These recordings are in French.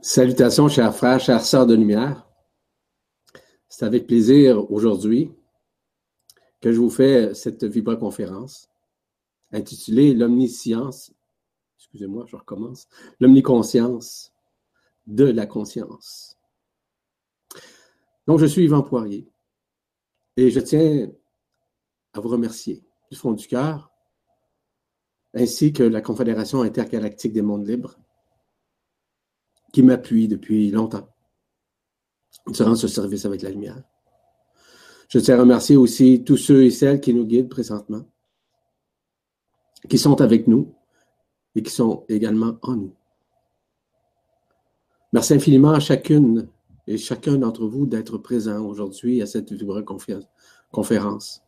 Salutations, chers frères, chères sœurs de lumière. C'est avec plaisir aujourd'hui que je vous fais cette vibra-conférence intitulée L'omniscience, excusez-moi, je recommence, l'omniconscience de la conscience. Donc, je suis Yvan Poirier et je tiens à vous remercier du fond du cœur, ainsi que la Confédération intergalactique des mondes libres, qui m'appuie depuis longtemps durant ce service avec la lumière. Je tiens à remercier aussi tous ceux et celles qui nous guident présentement, qui sont avec nous et qui sont également en nous. Merci infiniment à chacune et chacun d'entre vous d'être présent aujourd'hui à cette conférence.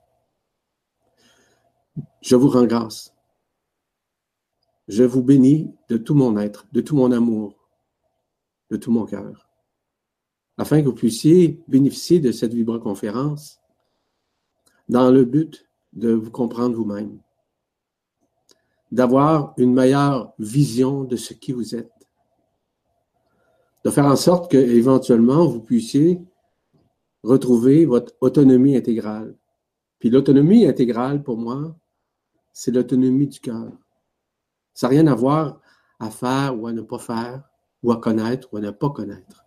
Je vous rends grâce. Je vous bénis de tout mon être, de tout mon amour, de tout mon cœur, afin que vous puissiez bénéficier de cette vibra-conférence dans le but de vous comprendre vous-même, d'avoir une meilleure vision de ce qui vous êtes, de faire en sorte que, éventuellement, vous puissiez retrouver votre autonomie intégrale. Puis l'autonomie intégrale, pour moi, c'est l'autonomie du cœur. Ça n'a rien à voir à faire ou à ne pas faire, ou à connaître ou à ne pas connaître.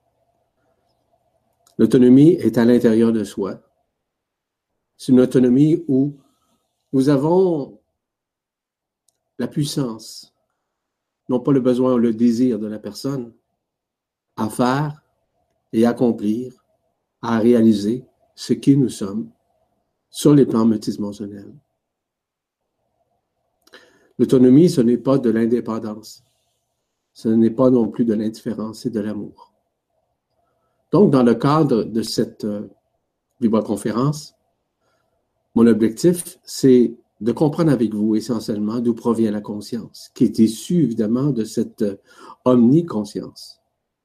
L'autonomie est à l'intérieur de soi. C'est une autonomie où nous avons la puissance, non pas le besoin ou le désir de la personne, à faire et accomplir, à réaliser ce qui nous sommes sur les plans multidimensionnels. L'autonomie, ce n'est pas de l'indépendance. Ce n'est pas non plus de l'indifférence, c'est de l'amour. Donc, dans le cadre de cette vibra-conférence, mon objectif, c'est de comprendre avec vous essentiellement d'où provient la conscience, qui est issue évidemment de cette omniconscience.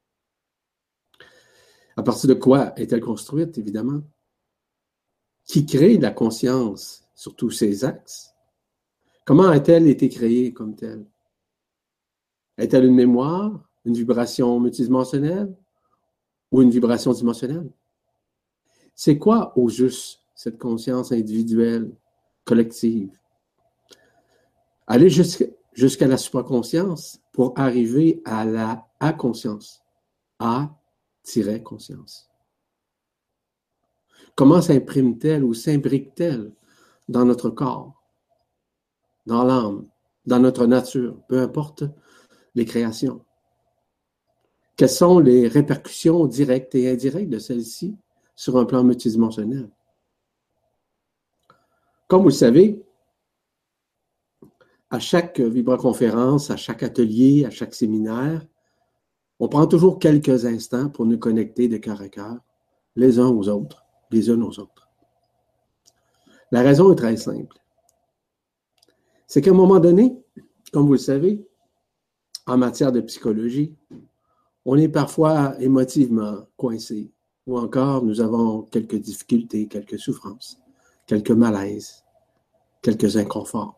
À partir de quoi est-elle construite, évidemment? Qui crée la conscience sur tous ses axes? Comment a-t-elle été créée comme telle? Est-elle une mémoire, une vibration multidimensionnelle ou une vibration dimensionnelle? C'est quoi, au juste, cette conscience individuelle, collective? Aller jusqu'à la supraconscience pour arriver à la A-conscience. A-conscience. Comment s'imprime-t-elle ou s'imbrique-t-elle dans notre corps, dans l'âme, dans notre nature, peu importe les créations? Quelles sont les répercussions directes et indirectes de celle-ci sur un plan multidimensionnel? Comme vous le savez, à chaque vibra-conférence, à chaque atelier, à chaque séminaire, on prend toujours quelques instants pour nous connecter de cœur à cœur, les uns aux autres, les unes aux autres. La raison est très simple. C'est qu'à un moment donné, comme vous le savez, en matière de psychologie, on est parfois émotivement coincé, ou encore nous avons quelques difficultés, quelques souffrances, quelques malaises, quelques inconforts.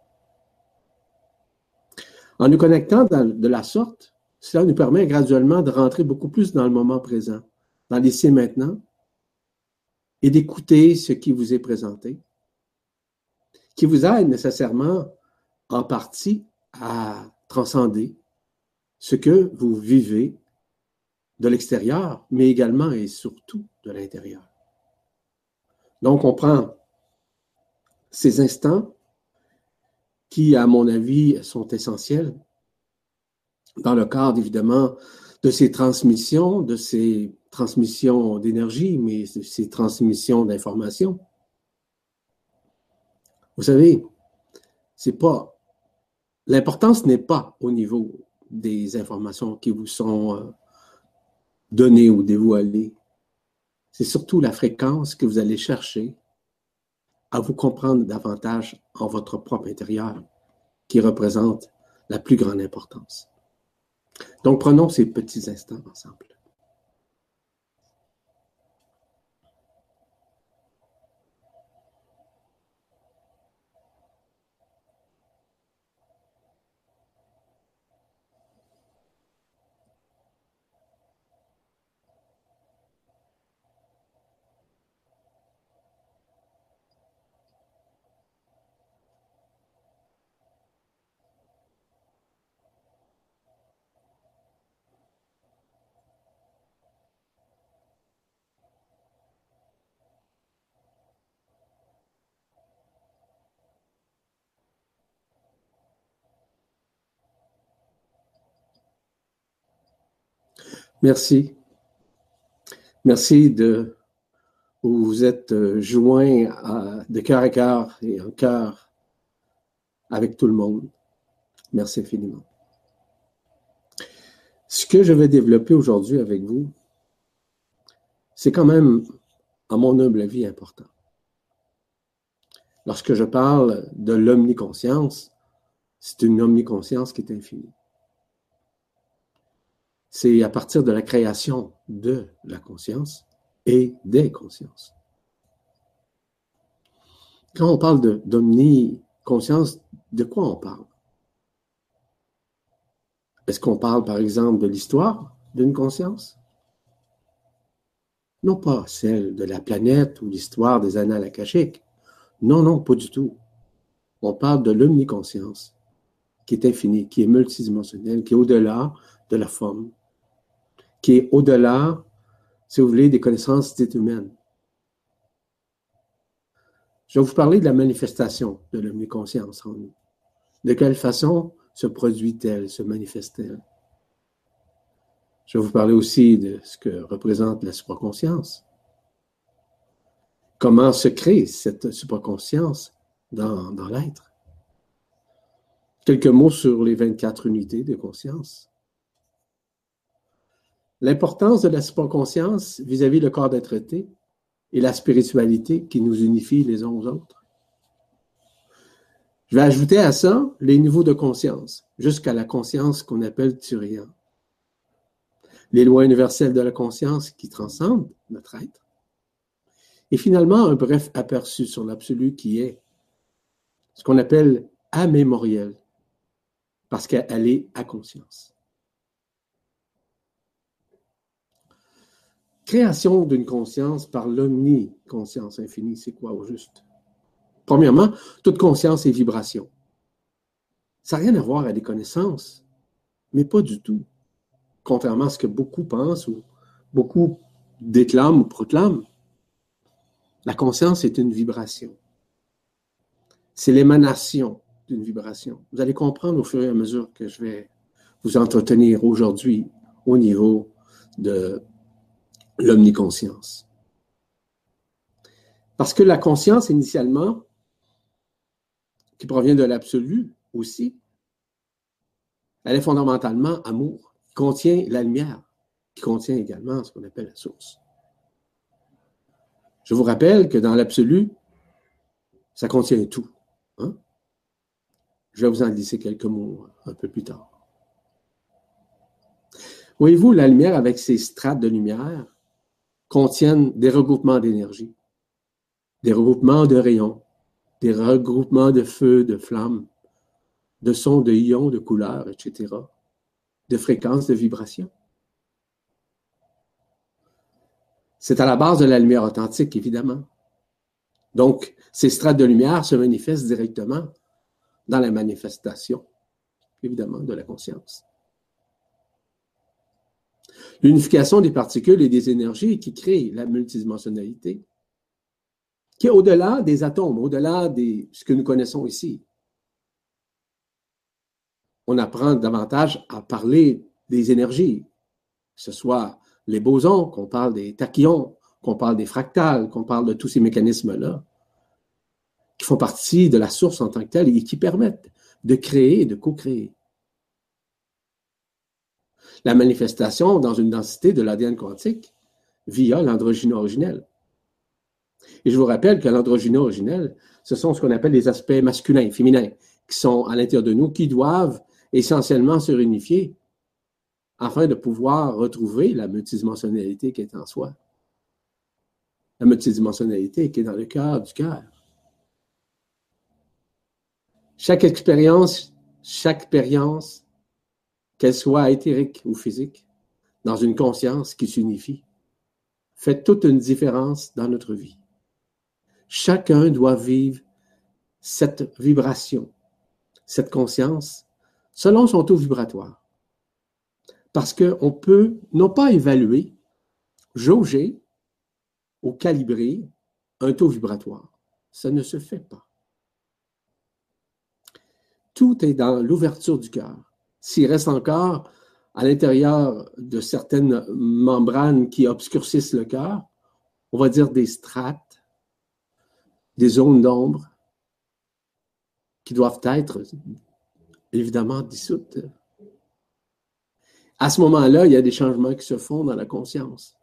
En nous connectant de la sorte, cela nous permet graduellement de rentrer beaucoup plus dans le moment présent, dans l'ici et maintenant, et d'écouter ce qui vous est présenté, qui vous aide nécessairement en partie à transcender ce que vous vivez de l'extérieur, mais également et surtout de l'intérieur. Donc, on prend ces instants qui, à mon avis, sont essentiels dans le cadre, évidemment, de ces transmissions d'énergie, mais de ces transmissions d'informations. Vous savez, l'importance n'est pas au niveau des informations qui vous sont données ou dévoilées. C'est surtout la fréquence que vous allez chercher à vous comprendre davantage en votre propre intérieur qui représente la plus grande importance. Donc, prenons ces petits instants ensemble. Merci. Merci de vous êtes joints de cœur à cœur et en cœur avec tout le monde. Merci infiniment. Ce que je vais développer aujourd'hui avec vous, c'est quand même, à mon humble avis, important. Lorsque je parle de l'omniconscience, c'est une omniconscience qui est infinie. C'est à partir de la création de la conscience et des consciences. Quand on parle d'omniconscience, de quoi on parle? Est-ce qu'on parle, par exemple, de l'histoire d'une conscience? Non pas celle de la planète ou l'histoire des annales akashiques. Non, non, pas du tout. On parle de l'omniconscience, qui est infinie, qui est multidimensionnelle, qui est au-delà de la forme, qui est au-delà, si vous voulez, des connaissances dites humaines. Je vais vous parler de la manifestation de l'omniconscience en nous. De quelle façon se produit-elle, se manifeste-t-elle? Je vais vous parler aussi de ce que représente la supraconscience. Comment se crée cette supraconscience dans l'être? Quelques mots sur les 24 unités de conscience. L'importance de la supraconscience vis-à-vis le corps d'être-té et la spiritualité qui nous unifie les uns aux autres. Je vais ajouter à ça les niveaux de conscience, jusqu'à la conscience qu'on appelle turian. Les lois universelles de la conscience qui transcendent notre être. Et finalement, un bref aperçu sur l'absolu qui est ce qu'on appelle amémoriel, parce qu'elle est à conscience. Création d'une conscience par l'omniconscience infinie, c'est quoi au juste? Premièrement, toute conscience est vibration. Ça n'a rien à voir avec des connaissances, mais pas du tout. Contrairement à ce que beaucoup pensent ou beaucoup déclament ou proclament, la conscience est une vibration. C'est l'émanation d'une vibration. Vous allez comprendre au fur et à mesure que je vais vous entretenir aujourd'hui au niveau de l'omniconscience. Parce que la conscience, initialement, qui provient de l'absolu aussi, elle est fondamentalement amour, qui contient la lumière, qui contient également ce qu'on appelle la source. Je vous rappelle que dans l'absolu, ça contient tout. Hein? Je vais vous en glisser quelques mots un peu plus tard. Voyez-vous, la lumière avec ses strates de lumière contiennent des regroupements d'énergie, des regroupements de rayons, des regroupements de feux, de flammes, de sons, de ions, de couleurs, etc., de fréquences, de vibrations. C'est à la base de la lumière authentique, évidemment. Donc, ces strates de lumière se manifestent directement dans la manifestation, évidemment, de la conscience. L'unification des particules et des énergies qui crée la multidimensionnalité, qui est au-delà des atomes, au-delà de ce que nous connaissons ici. On apprend davantage à parler des énergies, que ce soit les bosons, qu'on parle des tachyons, qu'on parle des fractales, qu'on parle de tous ces mécanismes-là, qui font partie de la source en tant que telle et qui permettent de créer et de co-créer. La manifestation dans une densité de l'ADN quantique via l'androgyne originel. Et je vous rappelle que l'androgyne originel, ce sont ce qu'on appelle les aspects masculins et féminins qui sont à l'intérieur de nous, qui doivent essentiellement se réunifier afin de pouvoir retrouver la multidimensionnalité qui est en soi. La multidimensionnalité qui est dans le cœur du cœur. Chaque expérience, qu'elle soit éthérique ou physique, dans une conscience qui s'unifie, fait toute une différence dans notre vie. Chacun doit vivre cette vibration, cette conscience, selon son taux vibratoire. Parce qu'on peut non pas évaluer, jauger ou calibrer un taux vibratoire. Ça ne se fait pas. Tout est dans l'ouverture du cœur. S'il reste encore à l'intérieur de certaines membranes qui obscurcissent le cœur, on va dire des strates, des zones d'ombre qui doivent être évidemment dissoutes. À ce moment-là, il y a des changements qui se font dans la conscience.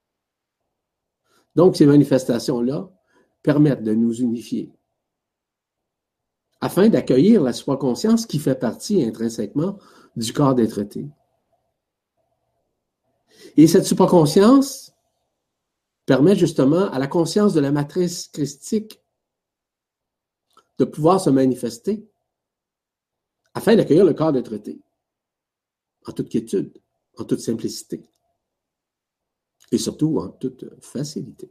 Donc, ces manifestations-là permettent de nous unifier afin d'accueillir la supraconscience qui fait partie intrinsèquement du corps d'être-té. Et cette supraconscience permet justement à la conscience de la matrice christique de pouvoir se manifester afin d'accueillir le corps d'être-té en toute quiétude, en toute simplicité et surtout en toute facilité.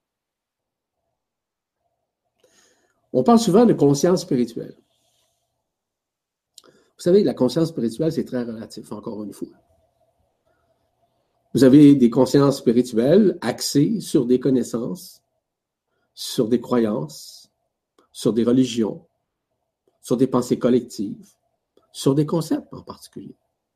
On parle souvent de conscience spirituelle. Vous savez, la conscience spirituelle, c'est très relatif, encore une fois. Vous avez des consciences spirituelles axées sur des connaissances, sur des croyances, sur des religions, sur des pensées collectives, sur des concepts en particulier.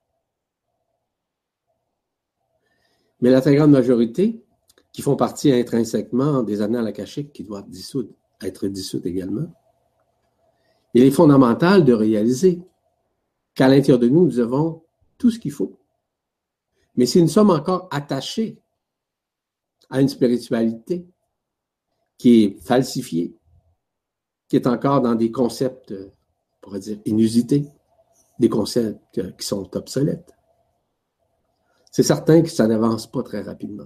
Mais la très grande majorité, qui font partie intrinsèquement des annales akashiques qui doivent être dissoutes également, il est fondamental de réaliser qu'à l'intérieur de nous, nous avons tout ce qu'il faut. Mais si nous sommes encore attachés à une spiritualité qui est falsifiée, qui est encore dans des concepts, on pourrait dire, inusités, des concepts qui sont obsolètes, c'est certain que ça n'avance pas très rapidement.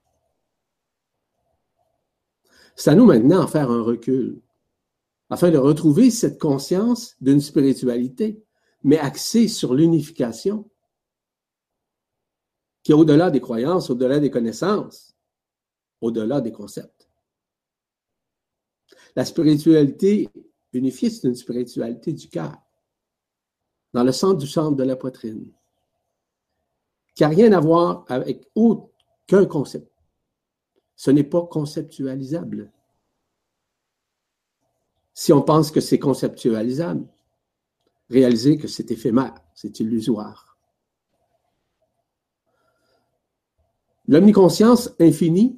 C'est à nous maintenant de faire un recul, afin de retrouver cette conscience d'une spiritualité, mais axée sur l'unification, qui est au-delà des croyances, au-delà des connaissances, au-delà des concepts. La spiritualité unifiée, c'est une spiritualité du cœur, dans le centre du centre de la poitrine, qui n'a rien à voir avec aucun concept. Ce n'est pas conceptualisable. Si on pense que c'est conceptualisable, réalisez que c'est éphémère, c'est illusoire. L'omniconscience infinie,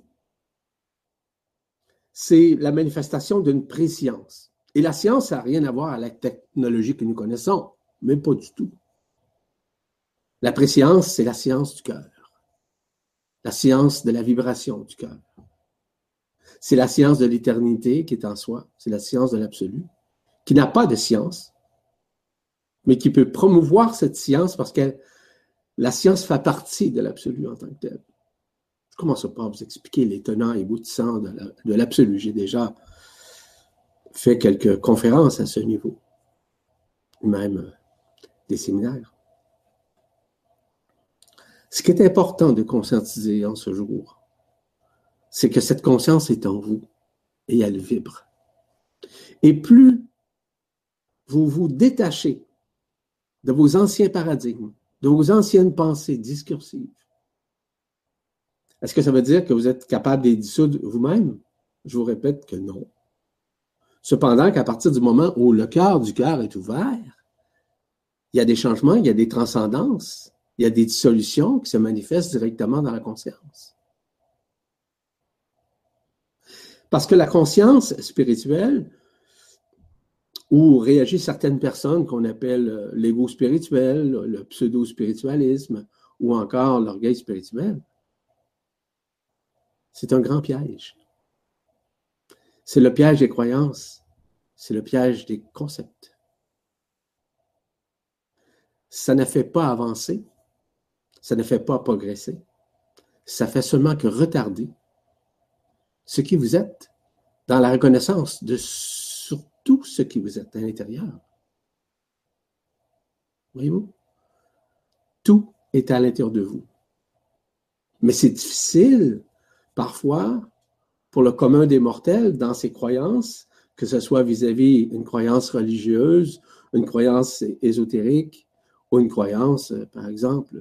c'est la manifestation d'une préscience. Et la science n'a rien à voir avec la technologie que nous connaissons, mais pas du tout. La préscience, c'est la science du cœur, la science de la vibration du cœur. C'est la science de l'éternité qui est en soi, c'est la science de l'absolu, qui n'a pas de science, mais qui peut promouvoir cette science parce que la science fait partie de l'absolu en tant que tel. Je ne commence pas à vous expliquer les tenants et aboutissants de l'absolu. J'ai déjà fait quelques conférences à ce niveau, même des séminaires. Ce qui est important de conscientiser en ce jour, c'est que cette conscience est en vous et elle vibre. Et plus vous vous détachez de vos anciens paradigmes, de vos anciennes pensées discursives, est-ce que ça veut dire que vous êtes capable de les dissoudre vous-même? Je vous répète que non. Cependant, qu'à partir du moment où le cœur du cœur est ouvert, il y a des changements, il y a des transcendances, il y a des dissolutions qui se manifestent directement dans la conscience. Parce que la conscience spirituelle, où réagissent certaines personnes qu'on appelle l'ego spirituel, le pseudo-spiritualisme, ou encore l'orgueil spirituel, c'est un grand piège. C'est le piège des croyances, c'est le piège des concepts. Ça ne fait pas avancer, ça ne fait pas progresser, ça fait seulement que retarder ce qui vous êtes dans la reconnaissance de surtout ce qui vous êtes à l'intérieur. Voyez-vous? Tout est à l'intérieur de vous. Mais c'est difficile, parfois, pour le commun des mortels, dans ses croyances, que ce soit vis-à-vis une croyance religieuse, une croyance ésotérique, ou une croyance, par exemple,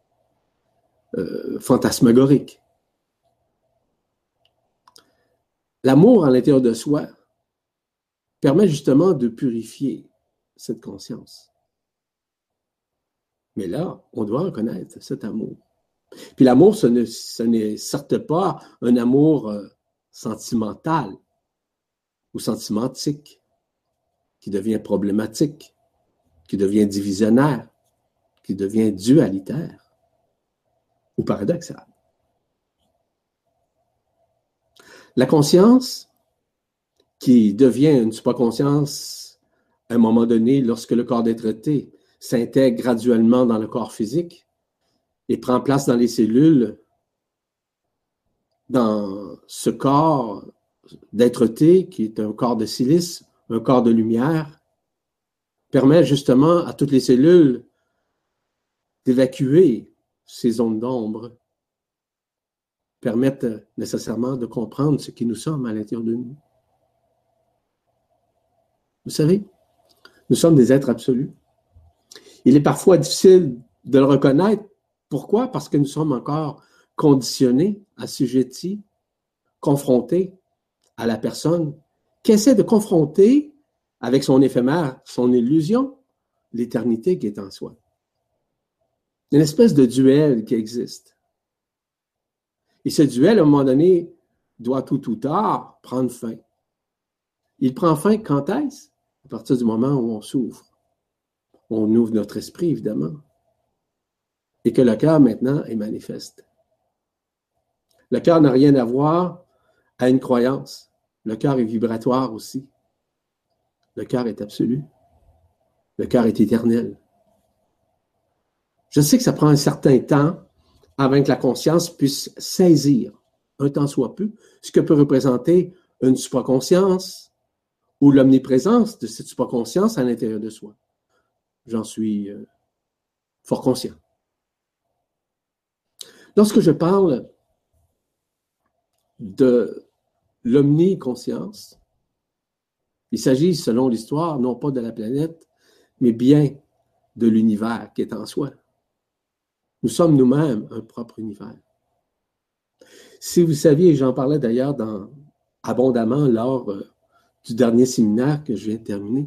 fantasmagorique. L'amour à l'intérieur de soi permet justement de purifier cette conscience. Mais là, on doit reconnaître cet amour. Puis l'amour, ce n'est certes pas un amour sentimental ou sentimentique qui devient problématique, qui devient divisionnaire, qui devient dualitaire ou paradoxal. La conscience qui devient une supraconscience à un moment donné lorsque le corps d'être-té s'intègre graduellement dans le corps physique et prend place dans les cellules, dans ce corps d'être-té qui est un corps de silice, un corps de lumière, permet justement à toutes les cellules d'évacuer ces ondes d'ombre, permettent nécessairement de comprendre ce qui nous sommes à l'intérieur de nous. Vous savez, nous sommes des êtres absolus. Il est parfois difficile de le reconnaître. Pourquoi? Parce que nous sommes encore conditionnés, assujettis, confrontés à la personne qui essaie de confronter avec son éphémère, son illusion, l'éternité qui est en soi. Une espèce de duel qui existe. Et ce duel, à un moment donné, doit tout ou tard prendre fin. Il prend fin quand est-ce? À partir du moment où on s'ouvre. On ouvre notre esprit, évidemment. Et que le cœur, maintenant, est manifeste. Le cœur n'a rien à voir à une croyance. Le cœur est vibratoire aussi. Le cœur est absolu. Le cœur est éternel. Je sais que ça prend un certain temps avant que la conscience puisse saisir, un tant soit peu, ce que peut représenter une supraconscience ou l'omniprésence de cette supraconscience à l'intérieur de soi. J'en suis fort conscient. Lorsque je parle de l'omniconscience, il s'agit, selon l'histoire, non pas de la planète, mais bien de l'univers qui est en soi. Nous sommes nous-mêmes un propre univers. Si vous saviez, j'en parlais d'ailleurs abondamment lors du dernier séminaire que je viens de terminer,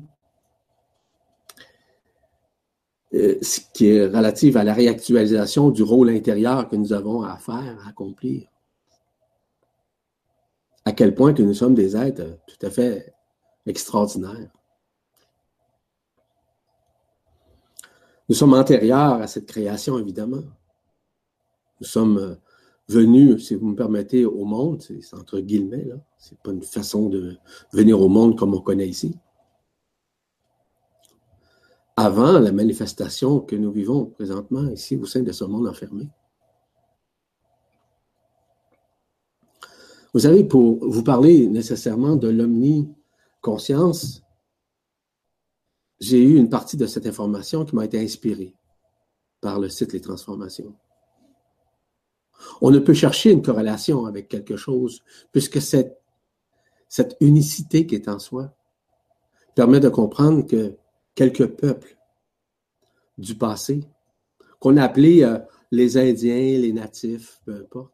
ce qui est relatif à la réactualisation du rôle intérieur que nous avons à faire, à accomplir. À quel point que nous sommes des êtres tout à fait extraordinaires. Nous sommes antérieurs à cette création, évidemment. Nous sommes venus, si vous me permettez, au monde, c'est entre guillemets, là. C'est pas une façon de venir au monde comme on connaît ici. Avant la manifestation que nous vivons présentement ici au sein de ce monde enfermé. Vous savez, pour vous parler nécessairement de l'omniconscience, j'ai eu une partie de cette information qui m'a été inspirée par le site Les Transformations. On ne peut chercher une corrélation avec quelque chose puisque cette unicité qui est en soi permet de comprendre que quelques peuples du passé, qu'on a appelés les Indiens, les natifs, peu importe,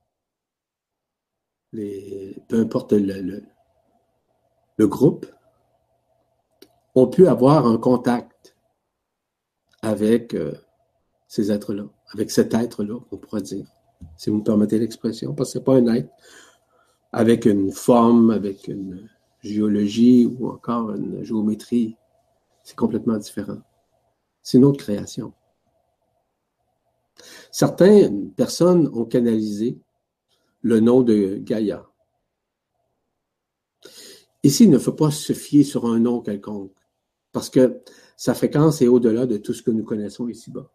peu importe le groupe, ont pu avoir un contact avec ces êtres-là, avec cet être-là, on pourrait dire, si vous me permettez l'expression, parce que ce n'est pas un être avec une forme, avec une géologie ou encore une géométrie. C'est complètement différent. C'est une autre création. Certaines personnes ont canalisé le nom de Gaïa. Ici, il ne faut pas se fier sur un nom quelconque, parce que sa fréquence est au-delà de tout ce que nous connaissons ici-bas.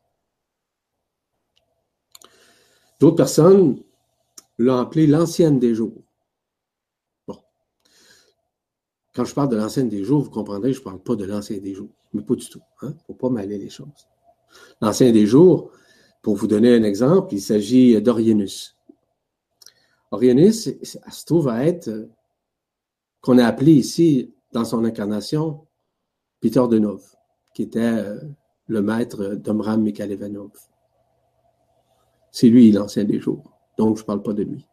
D'autres personnes l'ont appelé l'ancienne des jours. Bon. Quand je parle de l'ancienne des jours, vous comprendrez, je ne parle pas de l'ancien des jours, mais pas du tout. Il ne faut pas mêler les choses. L'ancien des jours, pour vous donner un exemple, il s'agit d'Orienus. Orienus, ça se trouve à être, qu'on a appelé ici, dans son incarnation, Peter Denov, qui était le maître d'Omram Mikhailevanov. C'est lui l'ancien des jours, donc je ne parle pas de lui.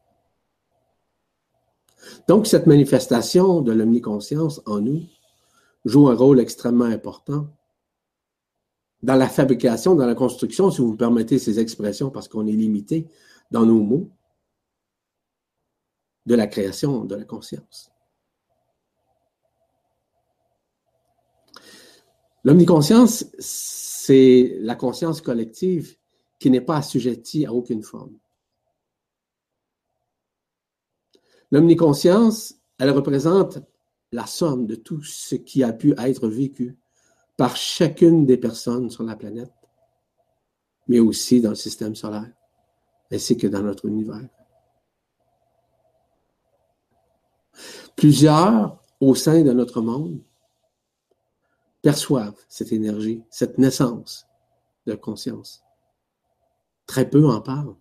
Donc, cette manifestation de l'omniconscience en nous joue un rôle extrêmement important dans la fabrication, dans la construction, si vous me permettez ces expressions, parce qu'on est limité dans nos mots, de la création de la conscience. L'omniconscience, c'est la conscience collective qui n'est pas assujettie à aucune forme. L'omniconscience, elle représente la somme de tout ce qui a pu être vécu par chacune des personnes sur la planète, mais aussi dans le système solaire, ainsi que dans notre univers. Plusieurs, au sein de notre monde, perçoivent cette énergie, cette naissance de conscience. Très peu en parlent,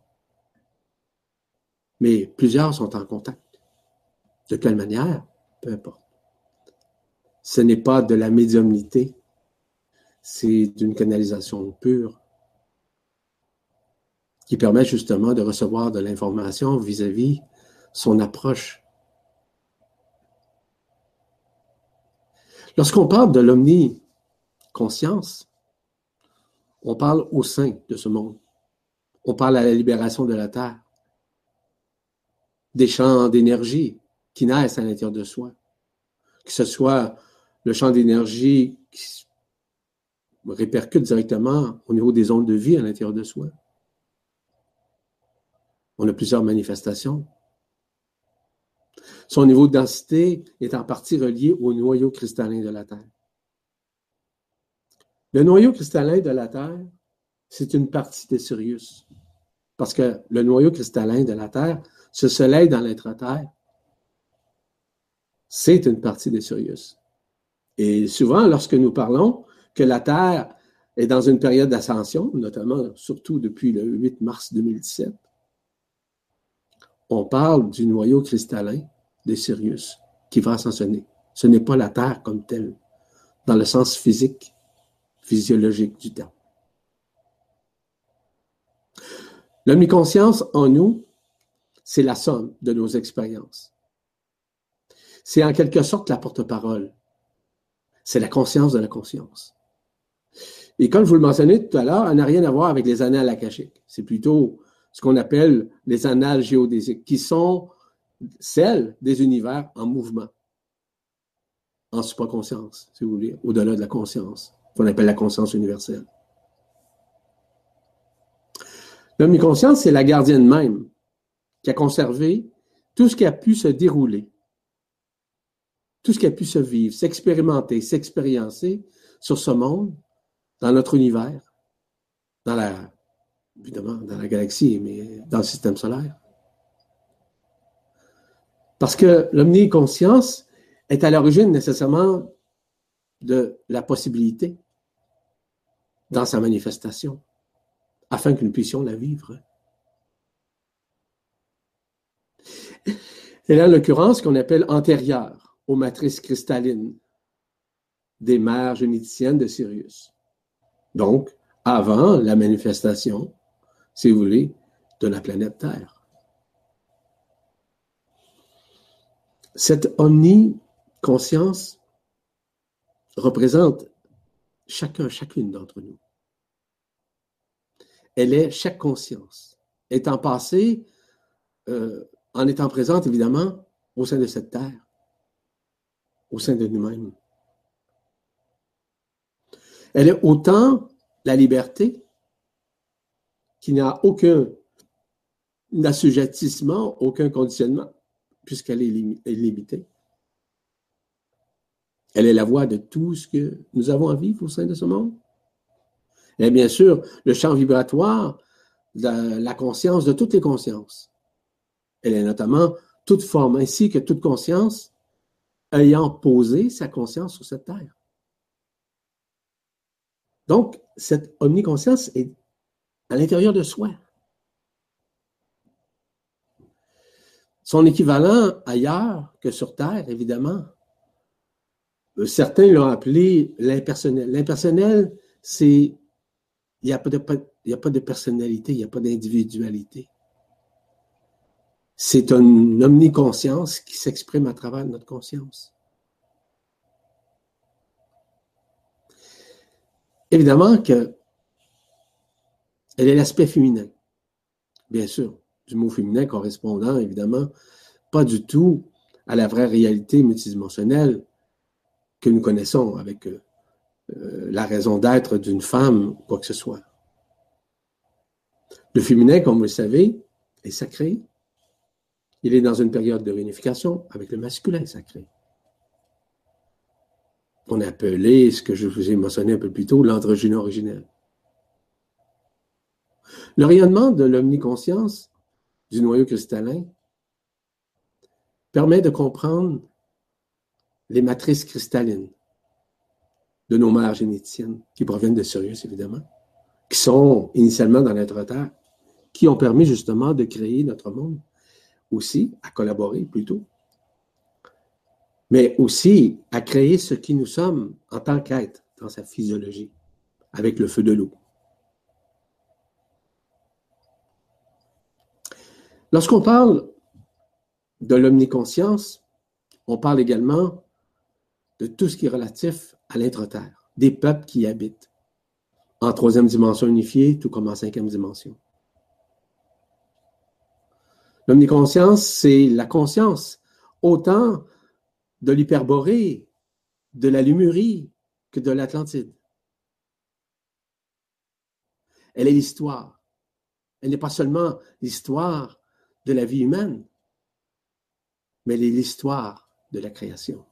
mais plusieurs sont en contact. De quelle manière? Peu importe. Ce n'est pas de la médiumnité, c'est d'une canalisation pure qui permet justement de recevoir de l'information vis-à-vis son approche. Lorsqu'on parle de l'omniconscience, on parle au sein de ce monde. On parle à la libération de la Terre, des champs d'énergie qui naissent à l'intérieur de soi, que ce soit le champ d'énergie qui répercute directement au niveau des ondes de vie à l'intérieur de soi. On a plusieurs manifestations. Son niveau de densité est en partie relié au noyau cristallin de la Terre. Le noyau cristallin de la Terre, c'est une partie de Sirius. Parce que le noyau cristallin de la Terre, ce soleil dans l'intra-terre, c'est une partie de Sirius. Et souvent, lorsque nous parlons que la Terre est dans une période d'ascension, notamment, surtout depuis le 8 mars 2017, on parle du noyau cristallin de Sirius qui va ascensionner. Ce n'est pas la Terre comme telle, dans le sens physique, physiologique du terme. L'omniconscience en nous, c'est la somme de nos expériences. C'est en quelque sorte la porte-parole. C'est la conscience de la conscience. Et comme je vous le mentionnais tout à l'heure, elle n'a rien à voir avec les annales akashiques. C'est plutôt ce qu'on appelle les annales géodésiques, qui sont celles des univers en mouvement, en supraconscience, si vous voulez, au-delà de la conscience, qu'on appelle la conscience universelle. L'omniconscience, c'est la gardienne même qui a conservé tout ce qui a pu se dérouler, tout ce qui a pu se vivre, s'expérimenter, s'expériencer sur ce monde, dans notre univers, évidemment, dans la galaxie, mais dans le système solaire. Parce que l'omniconscience est à l'origine nécessairement de la possibilité dans sa manifestation, afin que nous puissions la vivre. Elle est en l'occurrence ce qu'on appelle antérieure aux matrices cristallines des mers généticiennes de Sirius. Donc, avant la manifestation, si vous voulez, de la planète Terre. Cette omniconscience représente chacune d'entre nous. Elle est chaque conscience, étant passée, en étant présente, évidemment, au sein de cette Terre, au sein de nous-mêmes. Elle est autant la liberté, qui n'a aucun assujettissement, aucun conditionnement, puisqu'elle est limitée. Elle est la voie de tout ce que nous avons à vivre au sein de ce monde. Et bien sûr, le champ vibratoire de la conscience, de toutes les consciences. Elle est notamment toute forme, ainsi que toute conscience ayant posé sa conscience sur cette terre. Donc, cette omniconscience est à l'intérieur de soi. Son équivalent ailleurs que sur Terre, évidemment, certains l'ont appelé l'impersonnel. L'impersonnel, c'est il n'y a pas de personnalité, il n'y a pas d'individualité. C'est une omniconscience qui s'exprime à travers notre conscience. Évidemment qu'elle est l'aspect féminin, bien sûr, du mot féminin correspondant, évidemment, pas du tout à la vraie réalité multidimensionnelle que nous connaissons avec la raison d'être d'une femme ou quoi que ce soit. Le féminin, comme vous le savez, est sacré. Il est dans une période de réunification avec le masculin sacré. On a appelé ce que je vous ai mentionné un peu plus tôt l'androgyne originel. Le rayonnement de l'omniconscience du noyau cristallin permet de comprendre les matrices cristallines de nos mères généticiennes, qui proviennent de Sirius, évidemment, qui sont initialement dans notre Terre, qui ont permis justement de créer notre monde, aussi à collaborer plutôt, mais aussi à créer ce qui nous sommes en tant qu'être dans sa physiologie, avec le feu de l'eau. Lorsqu'on parle de l'omniconscience, on parle également de tout ce qui est relatif à l'intra-terre, des peuples qui y habitent, en troisième dimension unifiée, tout comme en cinquième dimension. L'omniconscience, c'est la conscience autant de l'Hyperborée, de la Lémurie, que de l'Atlantide. Elle est l'histoire. Elle n'est pas seulement l'histoire de la vie humaine, mais elle est l'histoire de la création.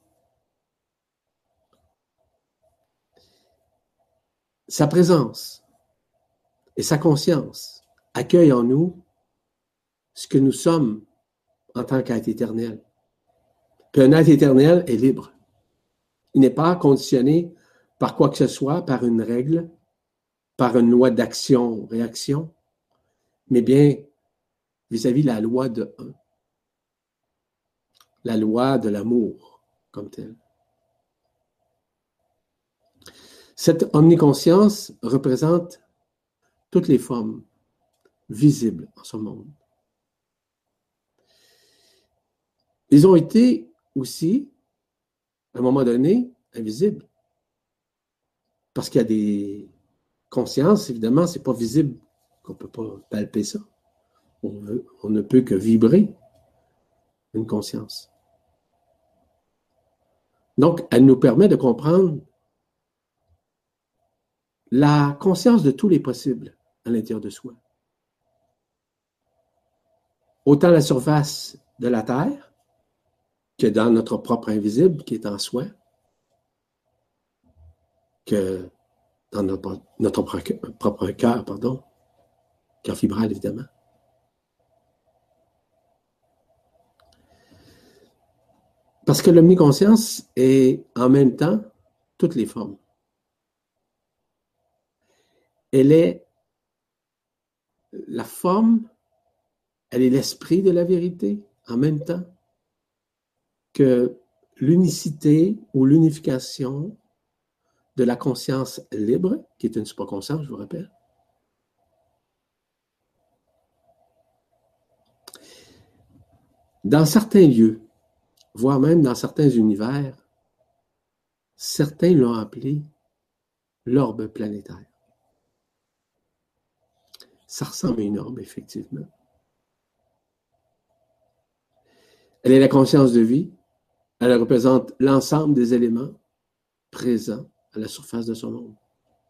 Sa présence et sa conscience accueillent en nous ce que nous sommes en tant qu'être éternel. Puis un être éternel est libre. Il n'est pas conditionné par quoi que ce soit, par une règle, par une loi d'action-réaction, mais bien vis-à-vis la loi de un, la loi de l'amour comme telle. Cette omniconscience représente toutes les formes visibles en ce monde. Ils ont été aussi, à un moment donné, invisibles. Parce qu'il y a des consciences, évidemment, c'est pas visible, qu'on ne peut pas palper ça. On ne peut que vibrer une conscience. Donc, elle nous permet de comprendre la conscience de tous les possibles à l'intérieur de soi. Autant la surface de la Terre que dans notre propre invisible qui est en soi, que dans notre propre cœur, cœur vibral évidemment. Parce que l'omniconscience est en même temps toutes les formes. Elle est la forme, elle est l'esprit de la vérité en même temps que l'unicité ou l'unification de la conscience libre, qui est une supraconscience, je vous rappelle. Dans certains lieux, voire même dans certains univers, certains l'ont appelé l'orbe planétaire. Ça ressemble à une orbe, effectivement. Elle est la conscience de vie. Elle représente l'ensemble des éléments présents à la surface de son monde.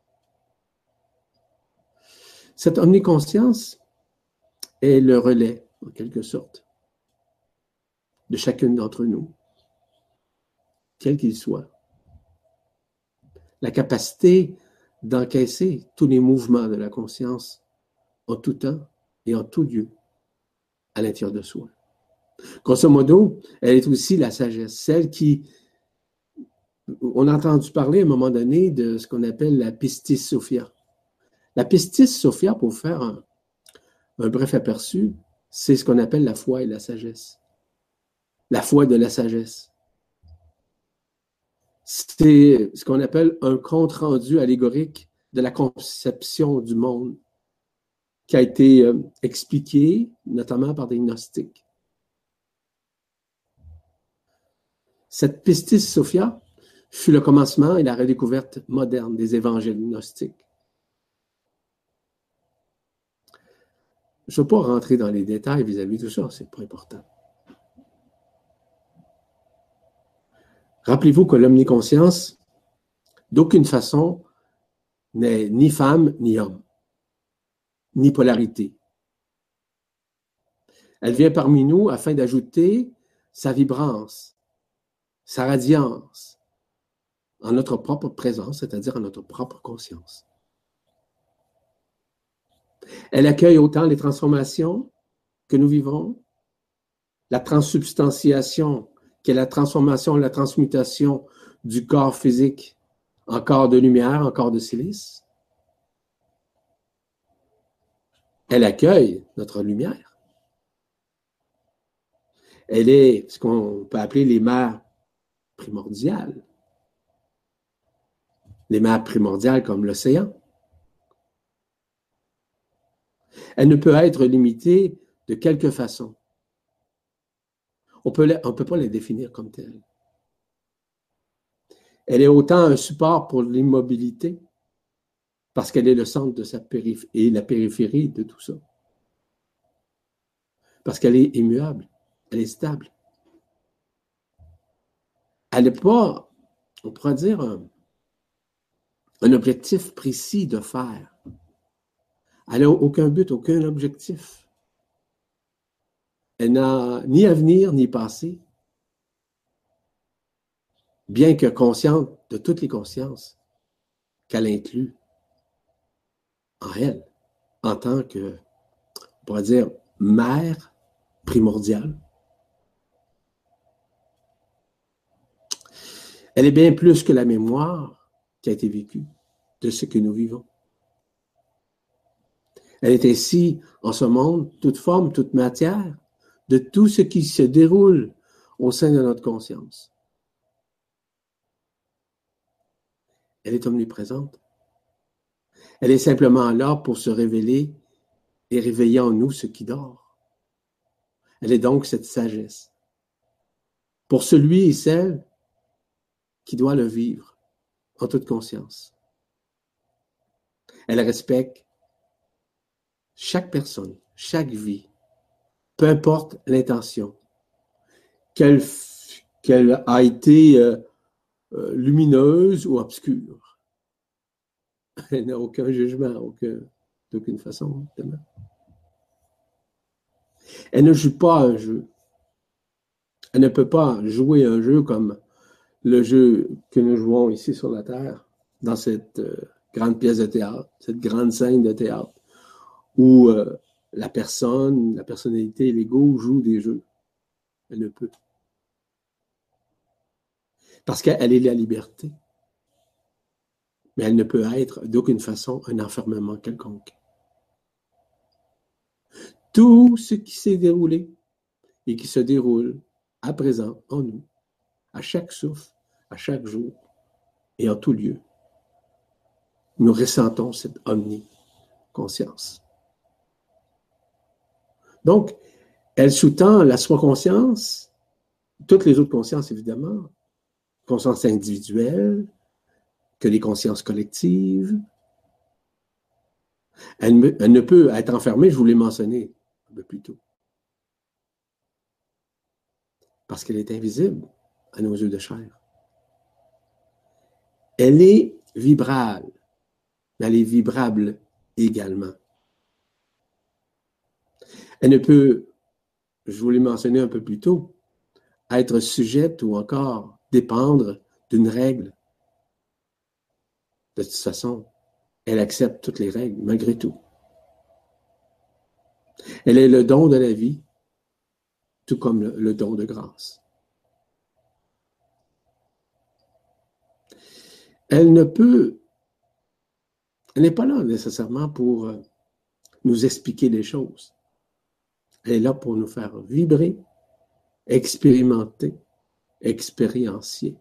Cette omniconscience est le relais, en quelque sorte, de chacune d'entre nous, quel qu'il soit. La capacité d'encaisser tous les mouvements de la conscience en tout temps et en tout lieu à l'intérieur de soi. Grosso modo, elle est aussi la sagesse, celle qui... On a entendu parler à un moment donné de ce qu'on appelle la pistis sophia. La pistis sophia, pour faire un bref aperçu, c'est ce qu'on appelle la foi et la sagesse. La foi de la sagesse. C'est ce qu'on appelle un compte-rendu allégorique de la conception du monde qui a été expliqué notamment par des gnostiques. Cette pistis sophia fut le commencement et la redécouverte moderne des évangiles gnostiques. Je ne vais pas rentrer dans les détails vis-à-vis de tout ça, c'est pas important. Rappelez-vous que l'omniconscience, d'aucune façon, n'est ni femme ni homme, ni polarité. Elle vient parmi nous afin d'ajouter sa vibrance, sa radiance en notre propre présence, c'est-à-dire en notre propre conscience. Elle accueille autant les transformations que nous vivons, la transsubstantiation, qui est la transformation, la transmutation du corps physique en corps de lumière, en corps de silice. Elle accueille notre lumière. Elle est ce qu'on peut appeler les mères primordiales. Les mers primordiales comme l'océan. Elle ne peut être limitée de quelque façon. On peut pas les définir comme telles. Elle est autant un support pour l'immobilité, parce qu'elle est le centre de sa périphérie et la périphérie de tout ça. Parce qu'elle est immuable, elle est stable. Elle n'est pas, on pourrait dire, un objectif précis de faire. Elle n'a aucun but, aucun objectif. Elle n'a ni avenir, ni passé. Bien que consciente de toutes les consciences qu'elle inclut en elle, en tant que, on pourrait dire, mère primordiale. Elle est bien plus que la mémoire qui a été vécue de ce que nous vivons. Elle est ainsi, en ce monde, toute forme, toute matière, de tout ce qui se déroule au sein de notre conscience. Elle est omniprésente. Elle est simplement là pour se révéler et réveiller en nous ce qui dort. Elle est donc cette sagesse. Pour celui et celle qui doit le vivre en toute conscience. Elle respecte chaque personne, chaque vie, peu importe l'intention, qu'elle a été lumineuse ou obscure. Elle n'a aucun jugement, d'aucune façon. Évidemment. Elle ne joue pas un jeu. Elle ne peut pas jouer un jeu comme le jeu que nous jouons ici sur la Terre, dans cette grande pièce de théâtre, cette grande scène de théâtre, où la personnalité, l'ego joue des jeux. Elle ne peut. Parce qu'elle est la liberté. Mais elle ne peut être d'aucune façon un enfermement quelconque. Tout ce qui s'est déroulé et qui se déroule à présent en nous, à chaque souffle, à chaque jour et en tout lieu, nous ressentons cette omniconscience. Donc, elle sous-tend la soi-conscience, toutes les autres consciences évidemment, conscience individuelle, que les consciences collectives. Elle ne peut être enfermée, je vous l'ai mentionné un peu plus tôt, parce qu'elle est invisible à nos yeux de chair. Elle est vibrable, mais elle est vibrable également. Elle ne peut, je vous l'ai mentionné un peu plus tôt, être sujette ou encore dépendre d'une règle. De toute façon, elle accepte toutes les règles, malgré tout. Elle est le don de la vie, tout comme le don de grâce. Elle n'est pas là nécessairement pour nous expliquer les choses. Elle est là pour nous faire vibrer, expérimenter, expériencier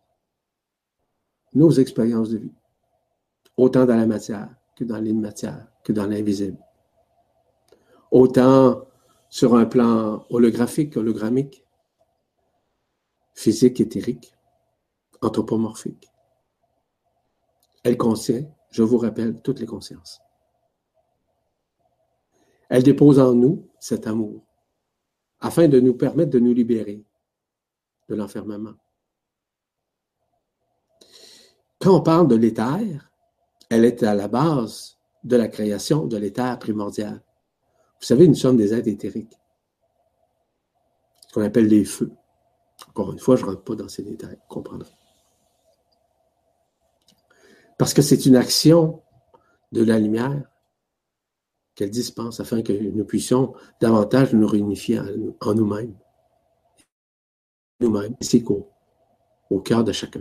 nos expériences de vie, autant dans la matière que dans l'immatériel, que dans l'invisible. Autant sur un plan holographique, hologrammique, physique, éthérique, anthropomorphique. Elle contient, je vous rappelle, toutes les consciences. Elle dépose en nous cet amour, afin de nous permettre de nous libérer de l'enfermement. Quand on parle de l'éther, elle est à la base de la création de l'éther primordial. Vous savez, nous sommes des êtres éthériques, ce qu'on appelle les feux. Encore une fois, je ne rentre pas dans ces détails, vous comprendrez. Parce que c'est une action de la lumière qu'elle dispense afin que nous puissions davantage nous réunifier en nous-mêmes. Nous-mêmes, c'est au cœur de chacun.